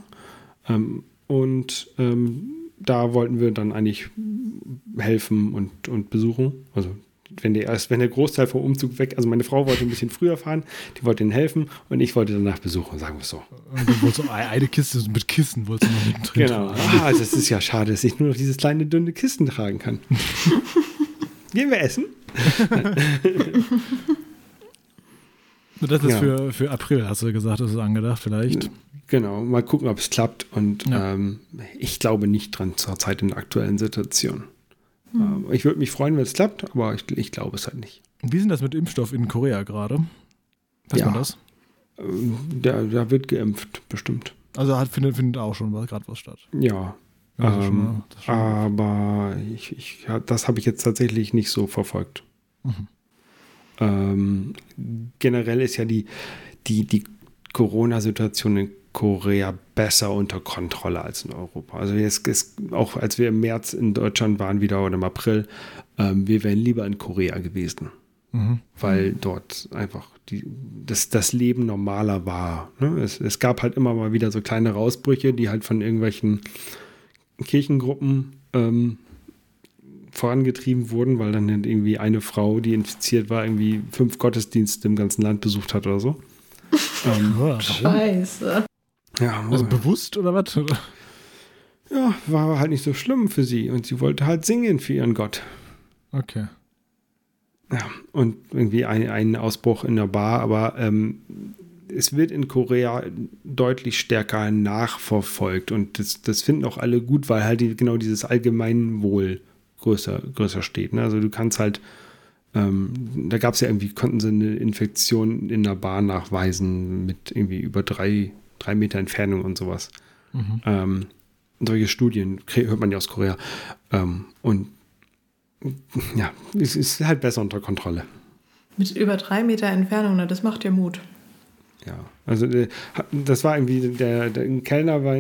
Da wollten wir dann eigentlich helfen und besuchen. Also wenn der Großteil vom Umzug weg, also meine Frau wollte ein bisschen früher fahren, die wollte ihnen helfen und ich wollte danach besuchen, sagen wir es so. Du wolltest eine Kiste mit Kissen wolltest du noch mittendrin Genau. Also es ist ja schade, dass ich nur noch dieses kleine, dünne Kissen tragen kann. Gehen wir essen? Das ist für April, hast du gesagt, das ist angedacht vielleicht. Genau, mal gucken, ob es klappt. Und ich glaube nicht dran zur Zeit in der aktuellen Situation. Ich würde mich freuen, wenn es klappt, aber ich glaube es halt nicht. Und wie ist denn das mit Impfstoff in Korea gerade? Weiß man das? Da wird geimpft, bestimmt. Also findet auch schon gerade was statt. Ja. Aber das habe ich jetzt tatsächlich nicht so verfolgt. Generell ist ja die Corona-Situation in Korea besser unter Kontrolle als in Europa. Also jetzt auch als wir im März in Deutschland waren wieder oder im April, wir wären lieber in Korea gewesen, weil dort einfach das Leben normaler war. Ne? Es gab halt immer mal wieder so kleine Ausbrüche, die halt von irgendwelchen Kirchengruppen vorangetrieben wurden, weil dann irgendwie eine Frau, die infiziert war, irgendwie 5 Gottesdienste im ganzen Land besucht hat oder so. Scheiße. Ja, also bewusst oder was? Ja, war halt nicht so schlimm für sie und sie wollte halt singen für ihren Gott. Okay. Ja, und irgendwie ein Ausbruch in der Bar, aber es wird in Korea deutlich stärker nachverfolgt und das finden auch alle gut, weil halt genau dieses Allgemeinwohl größer steht. Ne? Also du kannst halt, da gab es ja irgendwie, konnten sie eine Infektion in der Bar nachweisen mit irgendwie über 3 Meter Entfernung und sowas. Solche Studien hört man ja aus Korea. Und ja, es ist halt besser unter Kontrolle. Mit über 3 Meter Entfernung, das macht dir Mut. Ja, also das war irgendwie, der Kellner war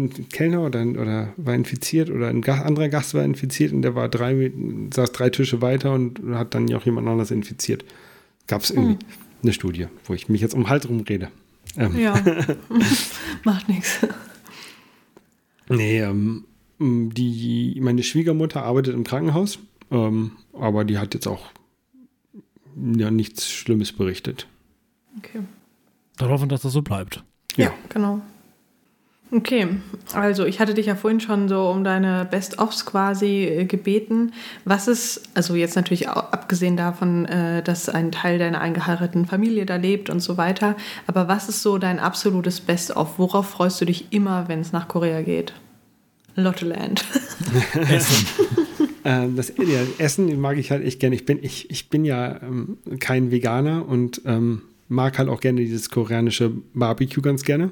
infiziert oder ein anderer Gast war infiziert und der war saß 3 Tische weiter und hat dann auch jemand anderes infiziert. Gab es irgendwie eine Studie, wo ich mich jetzt um den Hals rumrede. Ja, macht nichts. Nee, meine Schwiegermutter arbeitet im Krankenhaus, aber die hat jetzt auch nichts Schlimmes berichtet. Okay. Dann hoffen, dass das so bleibt. Ja, genau. Okay, also ich hatte dich ja vorhin schon so um deine Best-ofs quasi gebeten. Was ist, also jetzt natürlich auch abgesehen davon, dass ein Teil deiner eingeheirateten Familie da lebt und so weiter, aber was ist so dein absolutes Best-of? Worauf freust du dich immer, wenn es nach Korea geht? Lottoland. Essen. Essen mag ich halt echt gerne. Ich bin ja kein Veganer und mag halt auch gerne dieses koreanische Barbecue ganz gerne.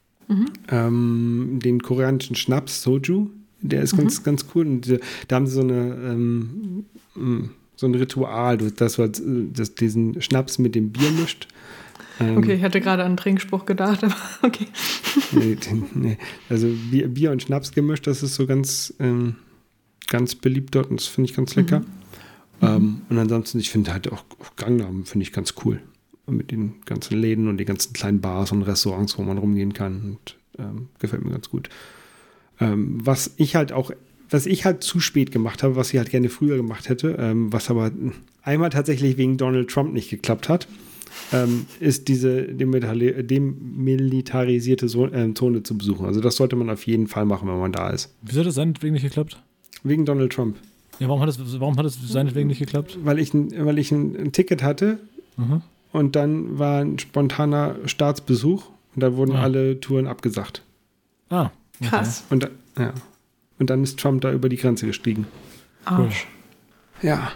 Den koreanischen Schnaps, Soju, der ist ganz cool. Und da haben sie so ein Ritual, dass du diesen Schnaps mit dem Bier mischt. Okay, ich hatte gerade an einen Trinkspruch gedacht, aber okay. Nee. Also Bier und Schnaps gemischt, das ist so ganz beliebt dort und das finde ich ganz lecker. Und ansonsten, ich finde halt auch Gangnam finde ich ganz cool. Mit den ganzen Läden und den ganzen kleinen Bars und Restaurants, wo man rumgehen kann. Und gefällt mir ganz gut. Was ich halt zu spät gemacht habe, was ich halt gerne früher gemacht hätte, was aber einmal tatsächlich wegen Donald Trump nicht geklappt hat, ist diese demilitarisierte Zone zu besuchen. Also das sollte man auf jeden Fall machen, wenn man da ist. Wieso hat das seinetwegen nicht geklappt? Wegen Donald Trump. Ja, warum hat es seinetwegen nicht geklappt? Weil ich ein Ticket hatte und dann war ein spontaner Staatsbesuch und da wurden alle Touren abgesagt. Ah, okay. Krass. Und dann ist Trump da über die Grenze gestiegen. Arsch. Ja.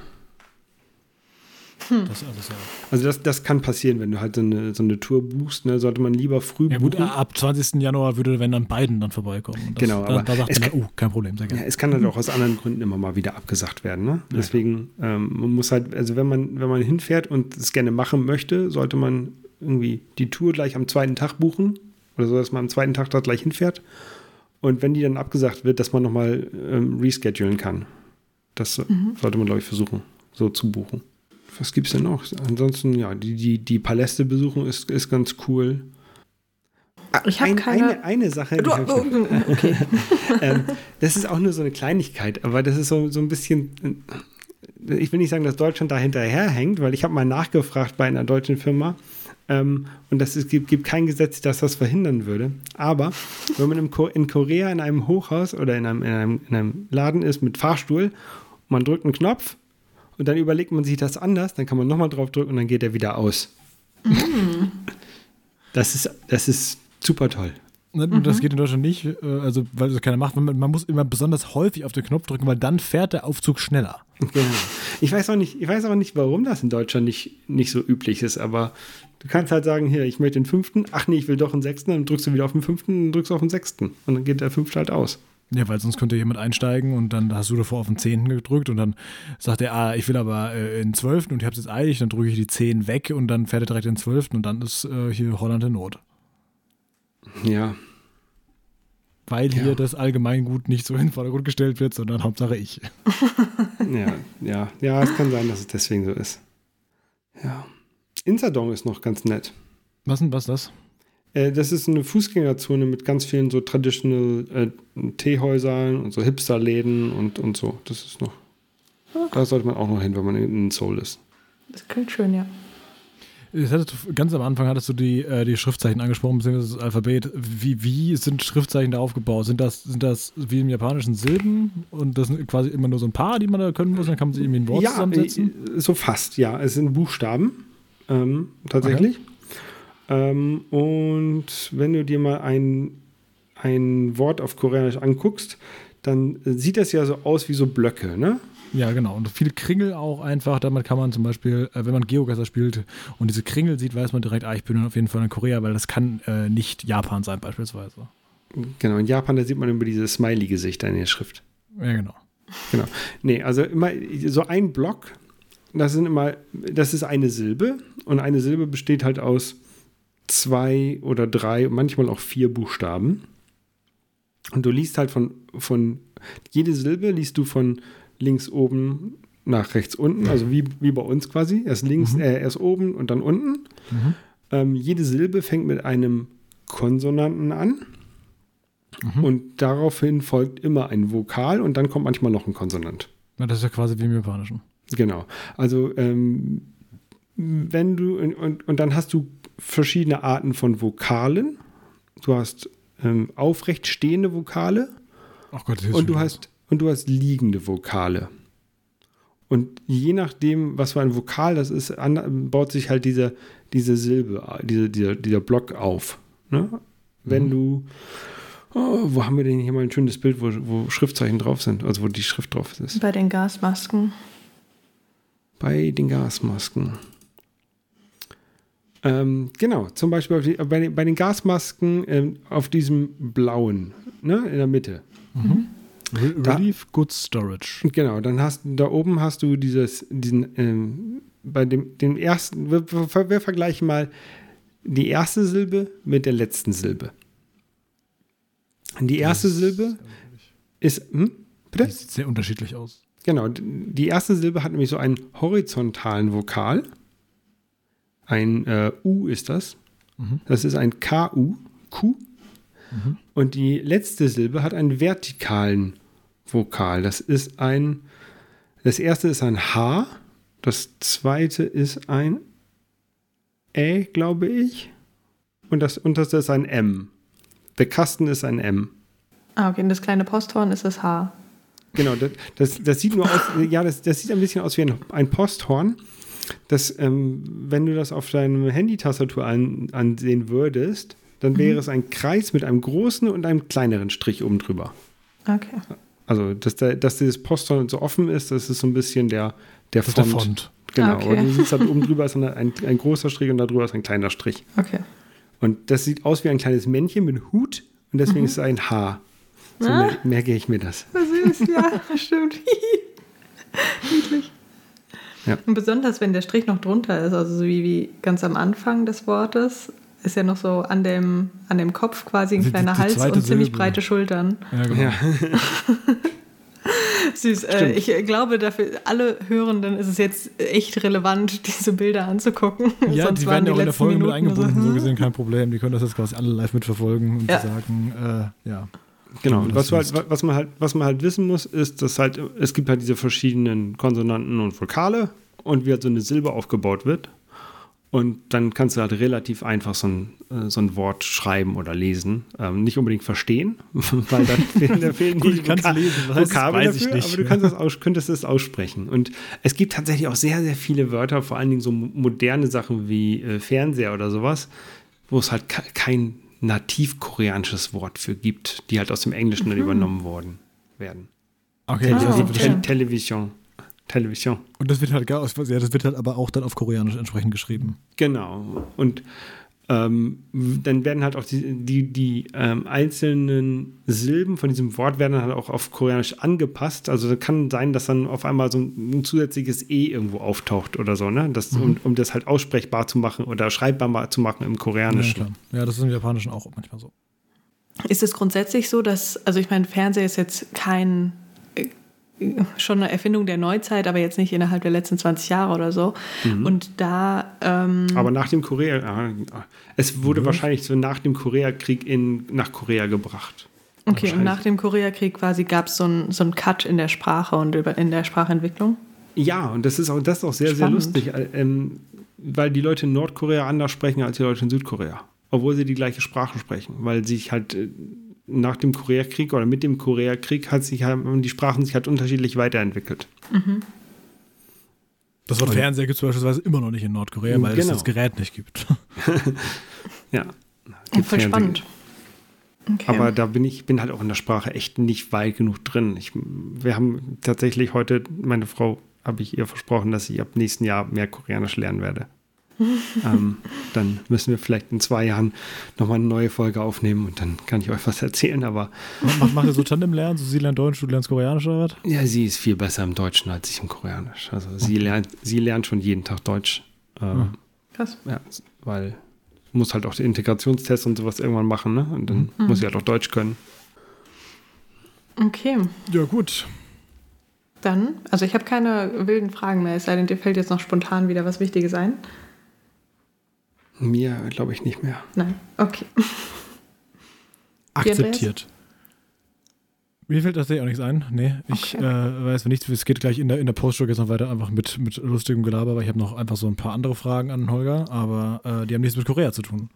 Das alles, ja. Also das kann passieren, wenn du halt so eine Tour buchst, ne, sollte man lieber früh buchen. Ja gut, ab 20. Januar würde, wenn dann Biden dann vorbeikommen. Und genau, aber da sagt man, kein Problem, sehr gerne. Ja, es kann halt auch aus anderen Gründen immer mal wieder abgesagt werden. Ne? Ja. Deswegen, man muss halt, also wenn man hinfährt und es gerne machen möchte, sollte man irgendwie die Tour gleich am zweiten Tag buchen oder so, dass man am zweiten Tag da gleich hinfährt. Und wenn die dann abgesagt wird, dass man nochmal reschedulen kann. Das sollte man, glaube ich, versuchen, so zu buchen. Was gibt es denn noch? Ansonsten, ja, die Paläste besuchen ist ganz cool. Ich habe eine Sache. Okay. Das ist auch nur so eine Kleinigkeit, aber das ist so ein bisschen. Ich will nicht sagen, dass Deutschland da hinterherhängt, weil ich habe mal nachgefragt bei einer deutschen Firma und es gibt kein Gesetz, das das verhindern würde. Aber wenn man in Korea in einem Hochhaus oder in einem Laden ist mit Fahrstuhl, man drückt einen Knopf und dann überlegt man sich das anders, dann kann man nochmal drauf drücken und dann geht er wieder aus. Das ist super toll. Das geht in Deutschland nicht, also weil das keiner macht. Man muss immer besonders häufig auf den Knopf drücken, weil dann fährt der Aufzug schneller. Genau. Ich weiß auch nicht, warum das in Deutschland nicht so üblich ist, aber du kannst halt sagen, hier, ich möchte den 5., ach nee, ich will doch einen 6., dann drückst du wieder auf den 5. und drückst auf den 6. und dann geht der 5. halt aus. Ja, weil sonst könnte jemand einsteigen und dann hast du davor auf den 10. gedrückt und dann sagt er, ich will aber den 12. und ich hab's jetzt eilig, dann drücke ich die 10 weg und dann fährt er direkt den 12. und dann ist hier Holland in Not. Ja. Weil hier das Allgemeingut nicht so in den Vordergrund gestellt wird, sondern Hauptsache ich. Ja, es kann sein, dass es deswegen so ist. Ja. Insadong ist noch ganz nett. Was ist das? Das ist eine Fußgängerzone mit ganz vielen so traditional Teehäusern und so Hipsterläden und so. Das ist noch. Da sollte man auch noch hin, wenn man in Seoul ist. Das klingt schön, ja. Ganz am Anfang hattest du die Schriftzeichen angesprochen, beziehungsweise das Alphabet. Wie sind Schriftzeichen da aufgebaut? Sind das wie im Japanischen Silben und das sind quasi immer nur so ein paar, die man da können muss, dann kann man sie irgendwie ein Wort zusammensetzen? So fast, ja. Es sind Buchstaben, tatsächlich. Okay. Und wenn du dir mal ein Wort auf Koreanisch anguckst, dann sieht das ja so aus wie so Blöcke, ne? Ja, genau. Und viele Kringel auch einfach. Damit kann man zum Beispiel, wenn man Geogesser spielt und diese Kringel sieht, weiß man direkt, ich bin auf jeden Fall in Korea, weil das kann nicht Japan sein beispielsweise. Genau, in Japan, da sieht man immer diese Smiley-Gesichter in der Schrift. Ja, genau. Genau. Nee, also immer so ein Block, das ist eine Silbe und eine Silbe besteht halt aus 2 oder 3, manchmal auch 4 Buchstaben. Und du liest halt von jede Silbe liest du von links oben nach rechts unten, also wie bei uns quasi. Erst links, erst oben und dann unten. Jede Silbe fängt mit einem Konsonanten an und daraufhin folgt immer ein Vokal und dann kommt manchmal noch ein Konsonant. Ja, das ist ja quasi wie im Japanischen. Genau. Also wenn du und dann hast du verschiedene Arten von Vokalen. Du hast aufrecht stehende Vokale. Ach Gott, und du hast liegende Vokale. Und je nachdem, was für ein Vokal das ist, baut sich halt diese Silbe, dieser Block auf. Ne? Wenn du, wo haben wir denn hier mal ein schönes Bild, wo Schriftzeichen drauf sind, also wo die Schrift drauf ist? Bei den Gasmasken. Bei den Gasmasken. Genau, zum Beispiel bei den Gasmasken auf diesem blauen, ne, in der Mitte. Relief Good Storage. Genau, dann da oben hast du bei dem ersten, wir vergleichen mal die erste Silbe mit der letzten Silbe. Die erste Silbe ist, bitte? Das sieht sehr unterschiedlich aus. Genau, die erste Silbe hat nämlich so einen horizontalen Vokal. Ein U ist das. Das ist ein K-U, Q. Und die letzte Silbe hat einen vertikalen Vokal. Das erste ist ein H, das zweite ist ein Ä, glaube ich. Und das unterste ist ein M. Der Kasten ist ein M. Ah, okay, und das kleine Posthorn ist das H. Genau, das sieht nur aus, ja, das sieht ein bisschen aus wie ein Posthorn. Das, wenn du das auf deinem Handy-Tastatur ansehen würdest, dann wäre es ein Kreis mit einem großen und einem kleineren Strich oben drüber. Okay. Also, dass dieses Posthorn so offen ist, das ist so ein bisschen der Font. Der Font. Genau, Okay. und du siehst halt oben drüber ist ein großer Strich und da drüber ist ein kleiner Strich. Okay. Und das sieht aus wie ein kleines Männchen mit Hut und deswegen ist es ein Haar. So merke ich mir das. Süß, ja, stimmt. Niedlich. Ja. Und besonders, wenn der Strich noch drunter ist, also so wie ganz am Anfang des Wortes, ist ja noch so an dem Kopf quasi ein Also kleiner die Hals zweite und ziemlich Silbe. breite Schultern. Ja, genau. Ja. Süß. Ich glaube, dafür alle Hörenden ist es jetzt echt relevant, diese Bilder anzugucken. Ja, Sonst die waren werden ja auch in der letzten Folge mit Minuten eingebunden, so, so gesehen kein Problem. Die können das jetzt quasi alle live mitverfolgen und sagen, ja. Genau, Stimmt, und das was man halt wissen muss, ist, dass halt, es gibt halt diese verschiedenen Konsonanten und Vokale und wie halt so eine Silbe aufgebaut wird. Und dann kannst du halt relativ einfach so ein Wort schreiben oder lesen. Nicht unbedingt verstehen, weil da fehlen Gut, die ich kann's lesen. Was heißt das? Vokabeln Weiß ich dafür, nicht. aber du könntest es aussprechen. Und es gibt tatsächlich auch sehr, sehr viele Wörter, vor allen Dingen so moderne Sachen wie Fernseher oder sowas, wo es halt kein nativ-koreanisches Wort für gibt, die halt aus dem Englischen dann übernommen werden. Okay, Television. und das wird halt das wird halt aber auch dann auf Koreanisch entsprechend geschrieben. Genau. Und dann werden halt auch die einzelnen Silben von diesem Wort werden halt auch auf Koreanisch angepasst. Also da kann sein, dass dann auf einmal so ein zusätzliches E irgendwo auftaucht oder so, ne? Um das halt aussprechbar zu machen oder schreibbar zu machen im Koreanischen. Ja, klar. Ja, das ist im Japanischen auch manchmal so. Ist es grundsätzlich so, dass, also ich meine, Fernseher ist jetzt schon eine Erfindung der Neuzeit, aber jetzt nicht innerhalb der letzten 20 Jahre oder so. Und da aber nach dem es wurde wahrscheinlich so nach dem Koreakrieg nach Korea gebracht. okay, und nach dem Koreakrieg quasi gab es so einen Cut in der Sprache und in der Sprachentwicklung? Ja, und das ist auch sehr, Spannend. sehr lustig, weil die Leute in Nordkorea anders sprechen als die Leute in Südkorea. Obwohl sie die gleiche Sprache sprechen, weil sich halt nach dem Koreakrieg oder mit dem Koreakrieg haben die Sprachen sich halt unterschiedlich weiterentwickelt. Das Wort Fernseher gibt es beispielsweise immer noch nicht in Nordkorea, weil es das Gerät nicht gibt. Ja. Voll spannend. Okay. Aber da bin halt auch in der Sprache echt nicht weit genug drin. Wir haben tatsächlich heute, meine Frau, habe ich ihr versprochen, dass ich ab nächsten Jahr mehr Koreanisch lernen werde. Dann müssen wir vielleicht in 2 Jahren nochmal eine neue Folge aufnehmen und dann kann ich euch was erzählen, aber Macht ihr so Tandem-Lernen? So sie lernt Deutsch, du lernst Koreanisch oder was? ja, sie ist viel besser im Deutschen als ich im Koreanisch. Also sie lernt schon jeden Tag Deutsch. Krass. Ja, weil muss halt auch die Integrationstests und sowas irgendwann machen, ne? Und dann muss sie halt auch Deutsch können. Okay. Ja, gut. Dann, also ich habe keine wilden Fragen mehr, es sei denn, dir fällt jetzt noch spontan wieder was Wichtiges ein. Mir glaube ich nicht mehr. Nein, okay. Akzeptiert. Mir fällt tatsächlich auch nichts ein. Nee, ich weiß nichts. Es geht gleich in der Postshow jetzt noch weiter, einfach mit lustigem Gelaber, weil ich habe noch einfach so ein paar andere Fragen an Holger, aber die haben nichts mit Korea zu tun.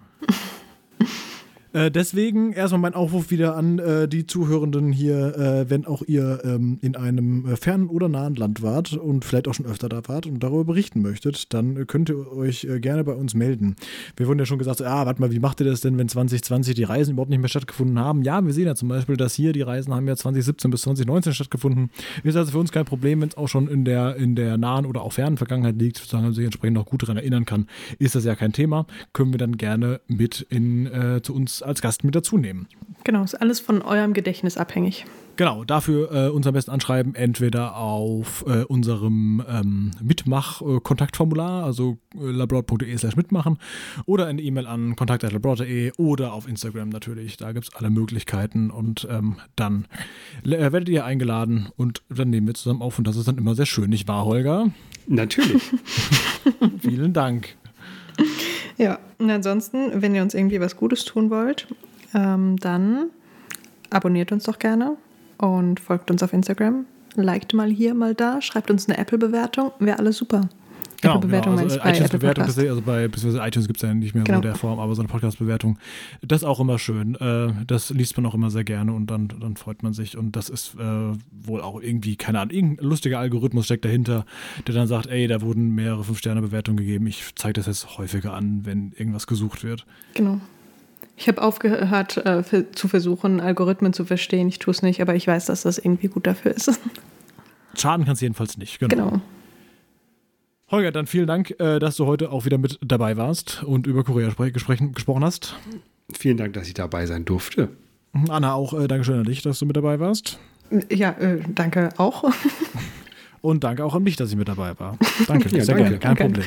Deswegen erstmal mein Aufruf wieder an die Zuhörenden hier, wenn auch ihr in einem fernen oder nahen Land wart und vielleicht auch schon öfter da wart und darüber berichten möchtet, dann könnt ihr euch gerne bei uns melden. Wir wurden ja schon gesagt, warte mal, wie macht ihr das denn, wenn 2020 die Reisen überhaupt nicht mehr stattgefunden haben? Ja, wir sehen ja zum Beispiel, dass hier die Reisen haben ja 2017 bis 2019 stattgefunden. Ist also für uns kein Problem, wenn es auch schon in der nahen oder auch fernen Vergangenheit liegt, sozusagen man sich entsprechend noch gut daran erinnern kann, ist das ja kein Thema. Können wir dann gerne mit zu uns als Gast mit dazu nehmen. Genau, ist alles von eurem Gedächtnis abhängig. Genau, dafür uns am besten anschreiben, entweder auf unserem Mitmach-Kontaktformular, also labroad.de/mitmachen, oder eine E-Mail an kontakt@labroad.de oder auf Instagram natürlich. Da gibt es alle Möglichkeiten und dann werdet ihr eingeladen und dann nehmen wir zusammen auf und das ist dann immer sehr schön, nicht wahr, Holger? Natürlich. Vielen Dank. Ja, und ansonsten, wenn ihr uns irgendwie was Gutes tun wollt, dann abonniert uns doch gerne. Und folgt uns auf Instagram, liked mal hier, mal da, schreibt uns eine Apple-Bewertung, wäre alles super. Genau, Apple-Bewertung genau. Also bei iTunes-Bewertung, Apple also beziehungsweise iTunes gibt es ja nicht mehr so genau. in der Form, aber so eine Podcast-Bewertung, das ist auch immer schön. Das liest man auch immer sehr gerne und dann freut man sich und das ist wohl auch irgendwie, keine Ahnung, irgendein lustiger Algorithmus steckt dahinter, der dann sagt, ey, da wurden mehrere 5-Sterne-Bewertungen gegeben, ich zeige das jetzt häufiger an, wenn irgendwas gesucht wird. Genau. Ich habe aufgehört zu versuchen, Algorithmen zu verstehen. Ich tue es nicht, aber ich weiß, dass das irgendwie gut dafür ist. Schaden kann es jedenfalls nicht. Genau. Holger, dann vielen Dank, dass du heute auch wieder mit dabei warst und über Korea gesprochen hast. Vielen Dank, dass ich dabei sein durfte. Anna, auch Dankeschön an dich, dass du mit dabei warst. Ja, danke auch. Und danke auch an mich, dass ich mit dabei war. Danke, ja, sehr danke. gerne, kein Problem.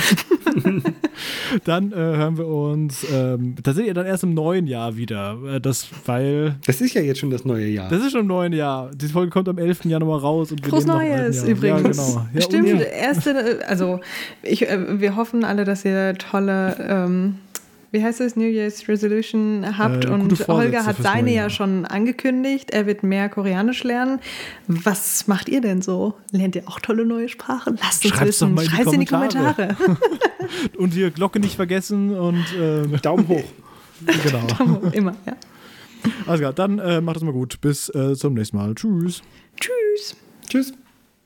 Dann hören wir uns, da seht ihr dann erst im neuen Jahr wieder. Das ist ja jetzt schon das neue Jahr. Das ist schon im neuen Jahr. Die Folge kommt am 11. Januar raus. Und wir Frohes Neues übrigens. Ja, genau. Ja, stimmt, wir hoffen alle, dass ihr tolle, wie heißt es, New Year's Resolution habt und Holger hat seine ja schon angekündigt, er wird mehr Koreanisch lernen. Was macht ihr denn so? Lernt ihr auch tolle neue Sprachen? Lasst uns wissen. Schreibt es in die Kommentare. Und die Glocke nicht vergessen und Daumen hoch. Genau. Daumen hoch, immer, ja. Also klar, dann macht es mal gut. Bis zum nächsten Mal. Tschüss. Tschüss. Tschüss.